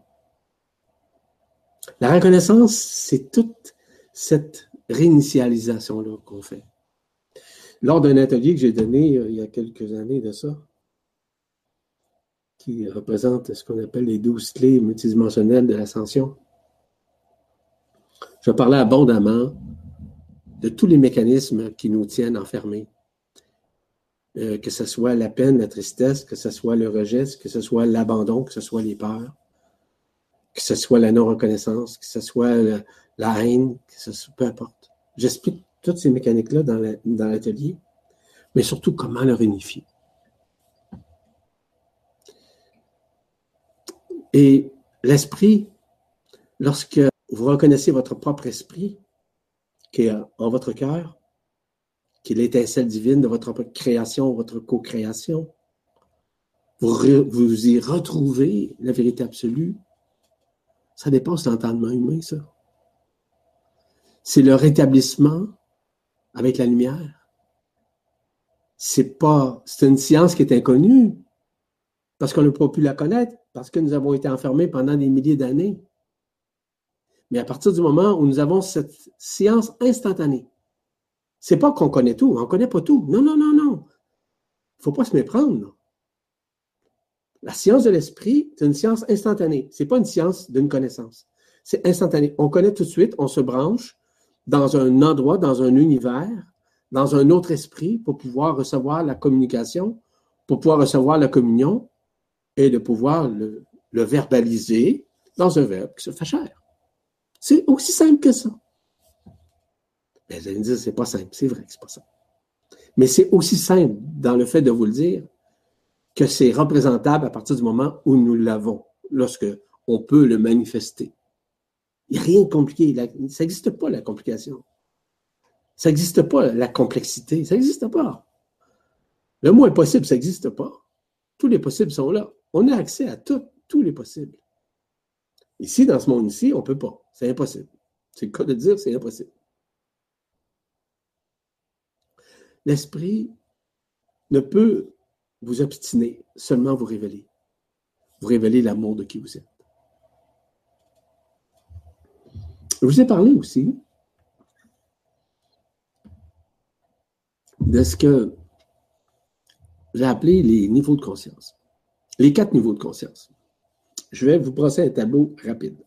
La reconnaissance, c'est toute cette réinitialisation-là qu'on fait. Lors d'un atelier que j'ai donné il y a quelques années de ça, qui représente ce qu'on appelle les 12 clés multidimensionnelles de l'ascension, je parlais abondamment de tous les mécanismes qui nous tiennent enfermés. Que ce soit la peine, la tristesse, que ce soit le rejet, que ce soit l'abandon, que ce soit les peurs, que ce soit la non-reconnaissance, que ce soit la haine, que ce soit, peu importe. J'explique toutes ces mécaniques-là dans l'atelier, mais surtout comment le réunifier. Et l'esprit, lorsque vous reconnaissez votre propre esprit, qui est en votre cœur, qui est l'étincelle divine de votre création, votre co-création, vous y retrouvez la vérité absolue. Ça dépasse l'entendement humain, ça. C'est le rétablissement avec la lumière. C'est une science qui est inconnue, parce qu'on n'a pas pu la connaître, parce que nous avons été enfermés pendant des milliers d'années. Mais à partir du moment où nous avons cette science instantanée, c'est pas qu'on connaît tout, on ne connaît pas tout. Non. Il ne faut pas se méprendre. Là. La science de l'esprit, c'est une science instantanée. Ce n'est pas une science d'une connaissance. C'est instantané. On connaît tout de suite, on se branche dans un endroit, dans un univers, dans un autre esprit pour pouvoir recevoir la communication, pour pouvoir recevoir la communion et de pouvoir le verbaliser dans un verbe qui se fait chair. C'est aussi simple que ça. Mais vous allez me dire, c'est pas simple. C'est vrai que c'est pas simple. Mais c'est aussi simple dans le fait de vous le dire que c'est représentable à partir du moment où nous l'avons, lorsque on peut le manifester. Il n'y a rien de compliqué. Ça n'existe pas, la complication. Ça n'existe pas, la complexité. Ça n'existe pas. Le mot impossible, ça n'existe pas. Tous les possibles sont là. On a accès à tous les possibles. Ici, dans ce monde-ci, on ne peut pas. C'est impossible. C'est le cas de dire, c'est impossible. L'esprit ne peut vous obstiner, seulement vous révéler. Vous révéler l'amour de qui vous êtes. Je vous ai parlé aussi de ce que j'ai appelé les niveaux de conscience. Les 4 niveaux de conscience. Je vais vous brosser un tableau rapide.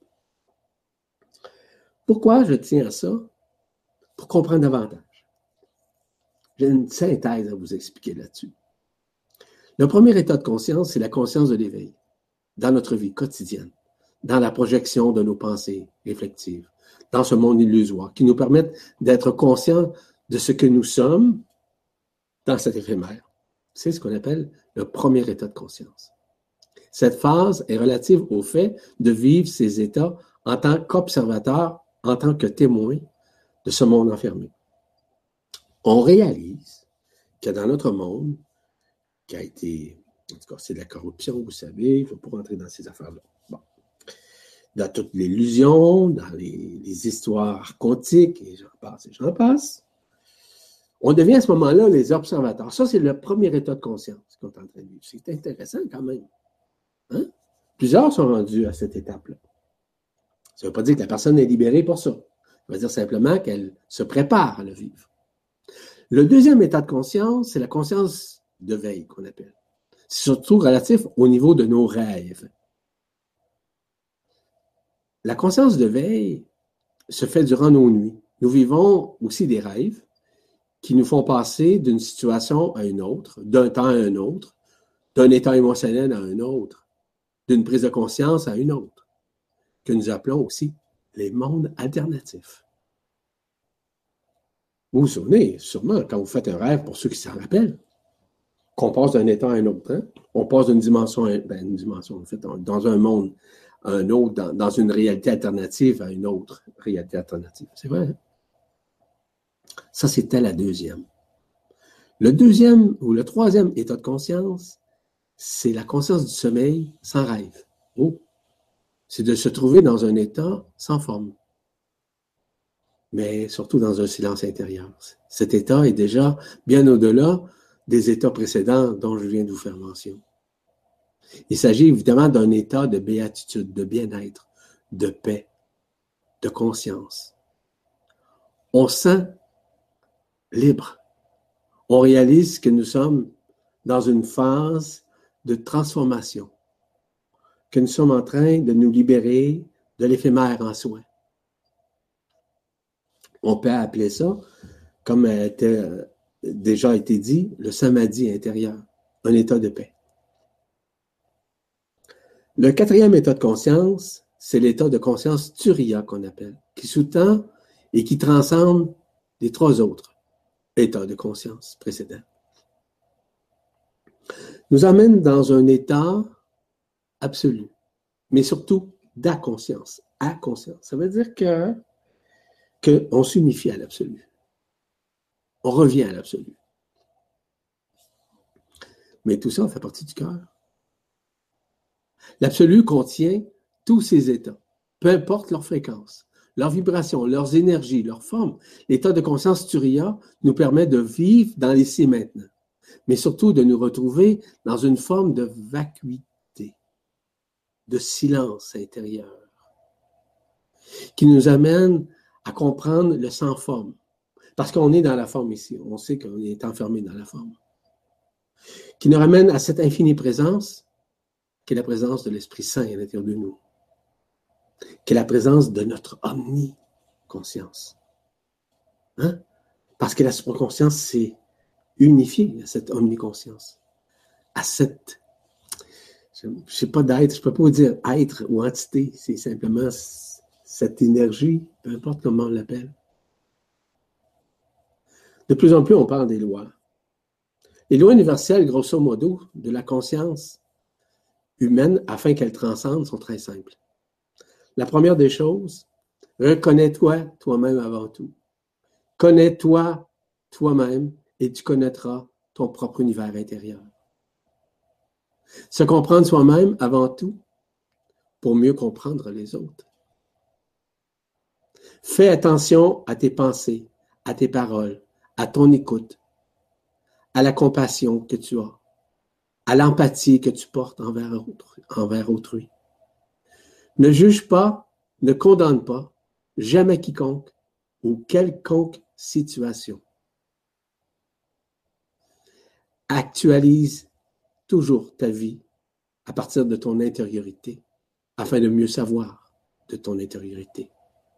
Pourquoi je tiens à ça? Pour comprendre davantage. J'ai une synthèse à vous expliquer là-dessus. Le premier état de conscience, c'est la conscience de l'éveil dans notre vie quotidienne, dans la projection de nos pensées réflexives, dans ce monde illusoire, qui nous permettent d'être conscients de ce que nous sommes dans cet éphémère. C'est ce qu'on appelle le premier état de conscience. Cette phase est relative au fait de vivre ces états en tant qu'observateur, en tant que témoin de ce monde enfermé. On réalise que dans notre monde, qui a été, en tout cas, c'est de la corruption, vous savez, il ne faut pas rentrer dans ces affaires-là. Bon. Dans toute l'illusion, dans les histoires quantiques, et j'en passe, on devient à ce moment-là les observateurs. Ça, c'est le premier état de conscience qu'on est en train de vivre. C'est intéressant quand même. Hein? Plusieurs sont rendus à cette étape-là. Ça ne veut pas dire que la personne est libérée pour ça. Ça veut dire simplement qu'elle se prépare à le vivre. Le deuxième état de conscience, c'est la conscience de veille qu'on appelle. C'est surtout relatif au niveau de nos rêves. La conscience de veille se fait durant nos nuits. Nous vivons aussi des rêves qui nous font passer d'une situation à une autre, d'un temps à un autre, d'un état émotionnel à un autre, d'une prise de conscience à une autre, que nous appelons aussi les mondes alternatifs. Vous vous souvenez, sûrement, quand vous faites un rêve, pour ceux qui s'en rappellent, qu'on passe d'un état à un autre. Hein? On passe d'une dimension à une dimension, en fait, dans un monde à un autre, dans une réalité alternative à une autre réalité alternative. C'est vrai, hein? Ça, c'était la deuxième. Le deuxième ou le troisième état de conscience, c'est la conscience du sommeil sans rêve. Oh. C'est de se trouver dans un état sans forme, mais surtout dans un silence intérieur. Cet état est déjà bien au-delà des états précédents dont je viens de vous faire mention. Il s'agit évidemment d'un état de béatitude, de bien-être, de paix, de conscience. On se sent libre. On réalise que nous sommes dans une phase de transformation, que nous sommes en train de nous libérer de l'éphémère en soi. On peut appeler ça, comme déjà été dit, le samadhi intérieur, un état de paix. Le quatrième état de conscience, c'est l'état de conscience turiya qu'on appelle, qui sous-tend et qui transcende les 3 autres états de conscience précédents. Nous amène dans un état absolu, mais surtout d'aconscience, à conscience. Ça veut dire qu'on s'unifie à l'absolu. On revient à l'absolu. Mais tout ça fait partie du cœur. L'absolu contient tous ces états, peu importe leur fréquence, leur vibration, leurs énergies, leur forme. L'état de conscience turiya nous permet de vivre dans l'ici et maintenant, mais surtout de nous retrouver dans une forme de vacuité, de silence intérieur, qui nous amène à comprendre le sans forme. Parce qu'on est dans la forme ici, on sait qu'on est enfermé dans la forme. Qui nous ramène à cette infinie présence, qui est la présence de l'Esprit Saint à l'intérieur de nous, qui est la présence de notre omniconscience. Hein? Parce que la supraconscience s'est unifiée à cette omniconscience, à cette, je ne sais pas d'être, je ne peux pas vous dire être ou entité, c'est simplement cette énergie, peu importe comment on l'appelle. De plus en plus, on parle des lois. Les lois universelles, grosso modo, de la conscience humaine, afin qu'elle transcende, sont très simples. La première des choses, reconnais-toi toi-même avant tout. Connais-toi toi-même et tu connaîtras ton propre univers intérieur. Se comprendre soi-même avant tout pour mieux comprendre les autres. Fais attention à tes pensées, à tes paroles, à ton écoute, à la compassion que tu as, à l'empathie que tu portes envers autrui. Ne juge pas, ne condamne pas, jamais quiconque ou quelconque situation. Actualise toujours ta vie à partir de ton intériorité, afin de mieux savoir de ton intériorité.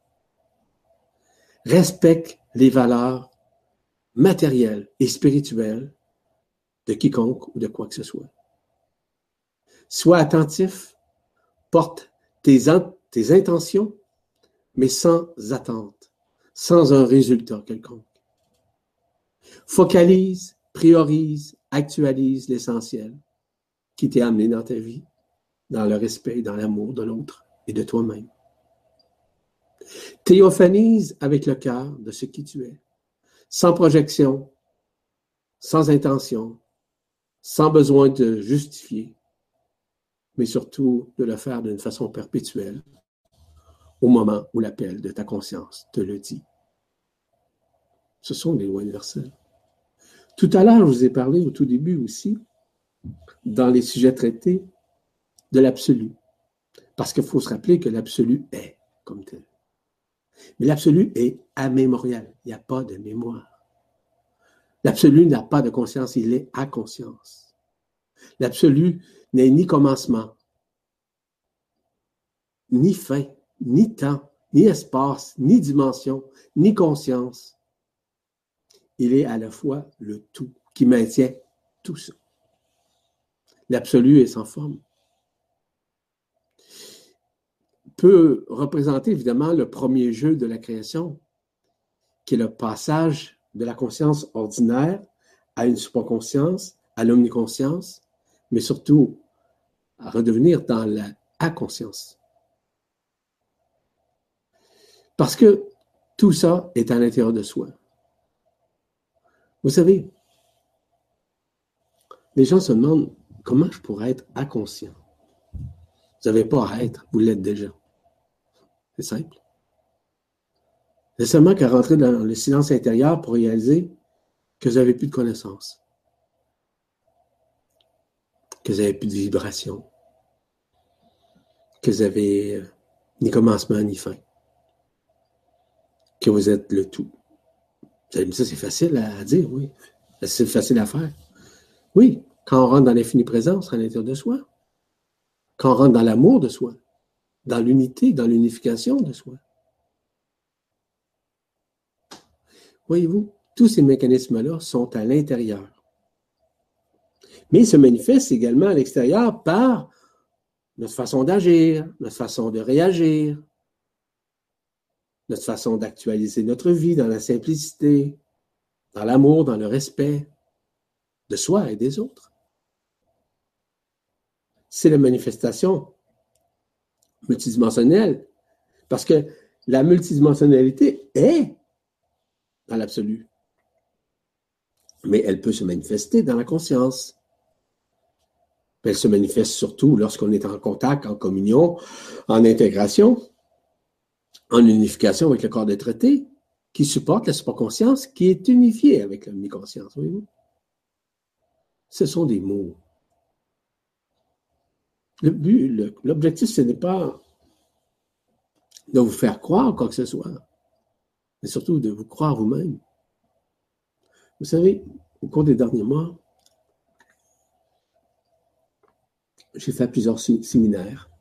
Respecte les valeurs matérielles et spirituelles de quiconque ou de quoi que ce soit. Sois attentif, porte tes intentions, mais sans attente, sans un résultat quelconque. Focalise, priorise, actualise l'essentiel qui t'est amené dans ta vie, dans le respect, dans l'amour de l'autre et de toi-même. Théophanise avec le cœur de ce qui tu es, sans projection, sans intention, sans besoin de justifier, mais surtout de le faire d'une façon perpétuelle, au moment où l'appel de ta conscience te le dit. Ce sont les lois universelles. Tout à l'heure, je vous ai parlé au tout début aussi, dans les sujets traités, de l'absolu. Parce qu'il faut se rappeler que l'absolu est comme tel. Mais l'absolu est amémorial. Il n'y a pas de mémoire. L'absolu n'a pas de conscience, il est à conscience. L'absolu n'est ni commencement, ni fin, ni temps, ni espace, ni dimension, ni conscience. Il est à la fois le tout qui maintient tout ça. L'absolu est sans forme. Peut représenter évidemment le premier jeu de la création, qui est le passage de la conscience ordinaire à une supraconscience, à l'omniconscience, mais surtout à redevenir dans la inconscience. Parce que tout ça est à l'intérieur de soi. Vous savez, les gens se demandent comment je pourrais être inconscient. Vous n'avez pas à être, vous l'êtes déjà. C'est simple. C'est seulement qu'à rentrer dans le silence intérieur pour réaliser que vous n'avez plus de connaissances, que vous n'avez plus de vibration, que vous n'avez ni commencement ni fin, que vous êtes le tout. Vous allez me dire, c'est facile à dire, oui. C'est facile à faire. Oui, quand on rentre dans l'infinie présence à l'intérieur de soi, quand on rentre dans l'amour de soi, dans l'unité, dans l'unification de soi. Voyez-vous, tous ces mécanismes-là sont à l'intérieur. Mais ils se manifestent également à l'extérieur par notre façon d'agir, notre façon de réagir, notre façon d'actualiser notre vie dans la simplicité, dans l'amour, dans le respect de soi et des autres. C'est la manifestation multidimensionnelle, parce que la multidimensionnalité est dans l'absolu, mais elle peut se manifester dans la conscience. Elle se manifeste surtout lorsqu'on est en contact, en communion, en intégration, en unification avec le corps de traité, qui supporte la supraconscience, qui est unifiée avec l'omniconscience, voyez-vous. Ce sont des mots. L'objectif, ce n'est pas de vous faire croire quoi que ce soit, mais surtout de vous croire vous-même. Vous savez, au cours des derniers mois, j'ai fait plusieurs séminaires.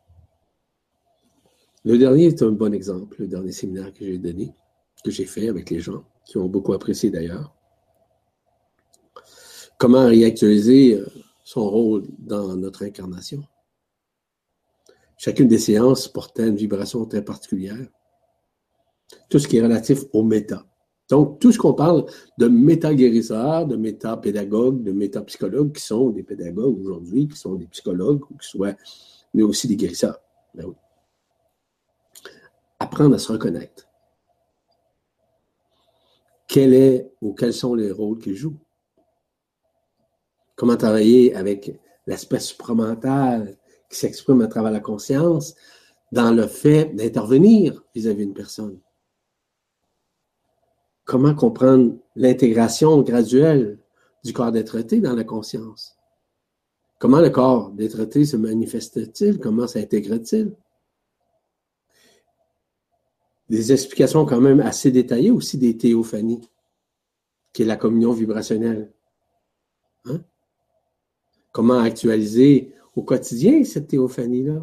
Le dernier est un bon exemple, le dernier séminaire que j'ai donné, que j'ai fait avec les gens, qui ont beaucoup apprécié d'ailleurs. Comment réactualiser son rôle dans notre incarnation. Chacune des séances portait une vibration très particulière. Tout ce qui est relatif au méta. Donc, tout ce qu'on parle de méta-guérisseurs, de méta-pédagogues, de méta-psychologues, qui sont des pédagogues aujourd'hui, qui sont des psychologues, ou qui soient, mais aussi des guérisseurs. Ben oui. Apprendre à se reconnaître. Quel est ou quels sont les rôles qu'ils jouent? Comment travailler avec l'aspect supramental qui s'exprime à travers la conscience dans le fait d'intervenir vis-à-vis d'une personne? Comment comprendre l'intégration graduelle du corps d'être-té dans la conscience? Comment le corps d'être-té se manifeste-t-il? Comment s'intègre-t-il? Des explications quand même assez détaillées aussi des théophanies, qui est la communion vibrationnelle. Hein? Comment actualiser au quotidien cette théophanie-là?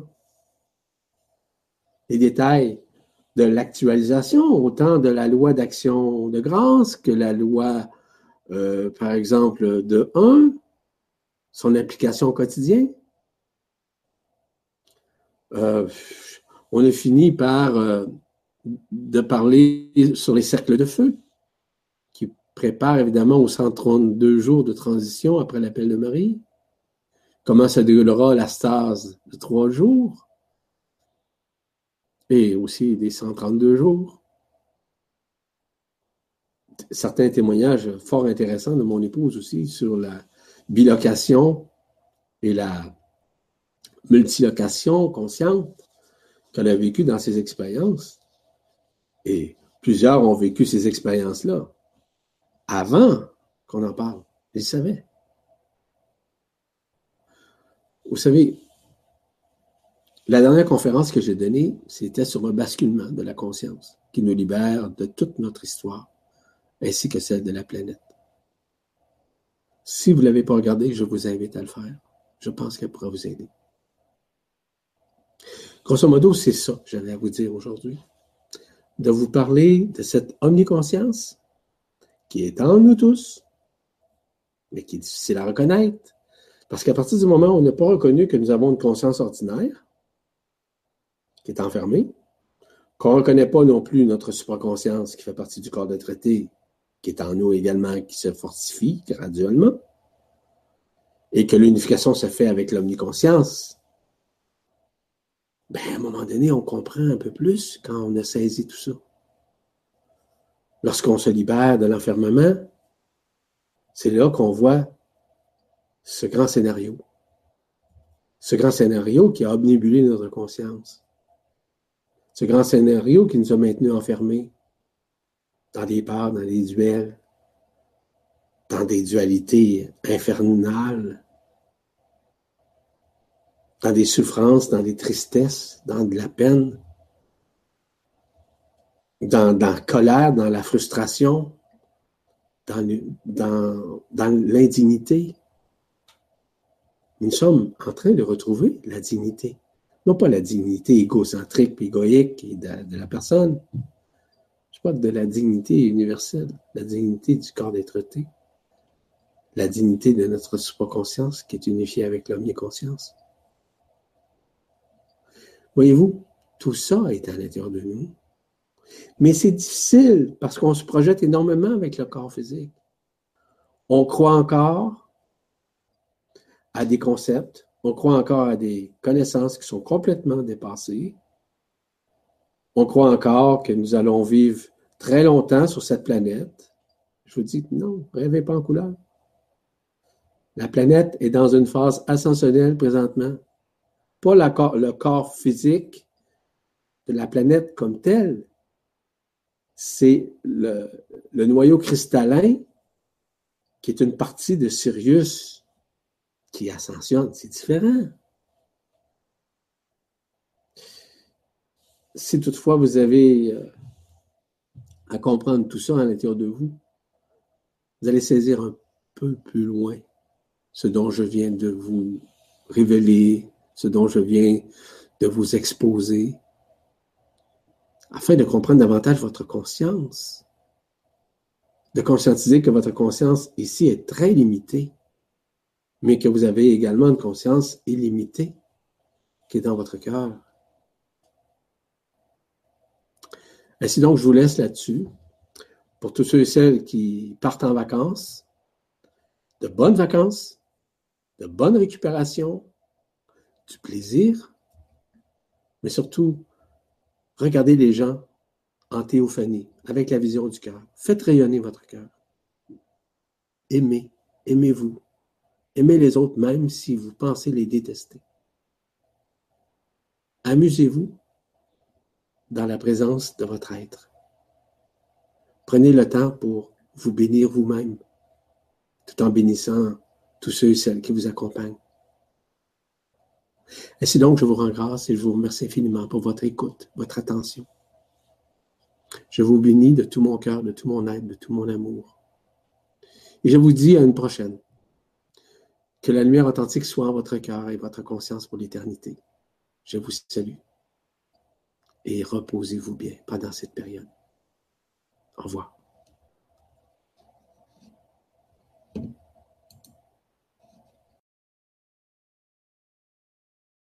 Les détails de l'actualisation, autant de la loi d'action de grâce que la loi, par exemple, de 1, son application au quotidien. On a fini par de parler sur les cercles de feu, qui préparent évidemment aux 132 jours de transition après l'appel de Marie. Comment se déroulera la stase de 3 jours et aussi des 132 jours. Certains témoignages fort intéressants de mon épouse aussi sur la bilocation et la multilocation consciente qu'elle a vécue dans ses expériences. Et plusieurs ont vécu ces expériences-là avant qu'on en parle. Ils savaient. Vous savez, la dernière conférence que j'ai donnée, c'était sur le basculement de la conscience qui nous libère de toute notre histoire, ainsi que celle de la planète. Si vous ne l'avez pas regardé, je vous invite à le faire. Je pense qu'elle pourra vous aider. Grosso modo, c'est ça que j'avais à vous dire aujourd'hui. De vous parler de cette omniconscience qui est en nous tous, mais qui est difficile à reconnaître. Parce qu'à partir du moment où on n'a pas reconnu que nous avons une conscience ordinaire, qui est enfermée, qu'on ne reconnaît pas non plus notre supraconscience qui fait partie du corps d'être-té, qui est en nous également, qui se fortifie graduellement, et que l'unification se fait avec l'omniconscience, ben, à un moment donné, on comprend un peu plus quand on a saisi tout ça. Lorsqu'on se libère de l'enfermement, c'est là qu'on voit ce grand scénario. Ce grand scénario qui a obnubulé notre conscience. Ce grand scénario qui nous a maintenus enfermés dans des peurs, dans des duels, dans des dualités infernales, dans des souffrances, dans des tristesses, dans de la peine, dans la colère, dans la frustration, dans l'indignité. Nous sommes en train de retrouver la dignité. Non pas la dignité égocentrique et égoïque de la personne. Je parle de la dignité universelle, la dignité du corps d'être-té, la dignité de notre supraconscience qui est unifiée avec l'omniconscience. Voyez-vous, tout ça est à l'intérieur de nous. Mais c'est difficile parce qu'on se projette énormément avec le corps physique. On croit encore à des concepts, on croit encore à des connaissances qui sont complètement dépassées. On croit encore que nous allons vivre très longtemps sur cette planète. Je vous dis que non, rêvez pas en couleur. La planète est dans une phase ascensionnelle présentement. Pas le corps physique de la planète comme tel, c'est le noyau cristallin qui est une partie de Sirius qui ascensionne. C'est différent. Si toutefois vous avez à comprendre tout ça à l'intérieur de vous, vous allez saisir un peu plus loin ce dont je viens de vous révéler, ce dont je viens de vous exposer, afin de comprendre davantage votre conscience, de conscientiser que votre conscience ici est très limitée, mais que vous avez également une conscience illimitée qui est dans votre cœur. Ainsi donc, je vous laisse là-dessus. pour tous ceux et celles qui partent en vacances, de bonnes vacances, de bonne récupération, du plaisir, mais surtout, regardez les gens en théophanie, avec la vision du cœur. Faites rayonner votre cœur. Aimez, aimez-vous. Aimez les autres même si vous pensez les détester. Amusez-vous dans la présence de votre être. Prenez le temps pour vous bénir vous-même, tout en bénissant tous ceux et celles qui vous accompagnent. Ainsi donc, je vous rends grâce et je vous remercie infiniment pour votre écoute, votre attention. Je vous bénis de tout mon cœur, de tout mon être, de tout mon amour. Et je vous dis à une prochaine. Que la lumière authentique soit en votre cœur et votre conscience pour l'éternité. Je vous salue. Et reposez-vous bien pendant cette période. Au revoir.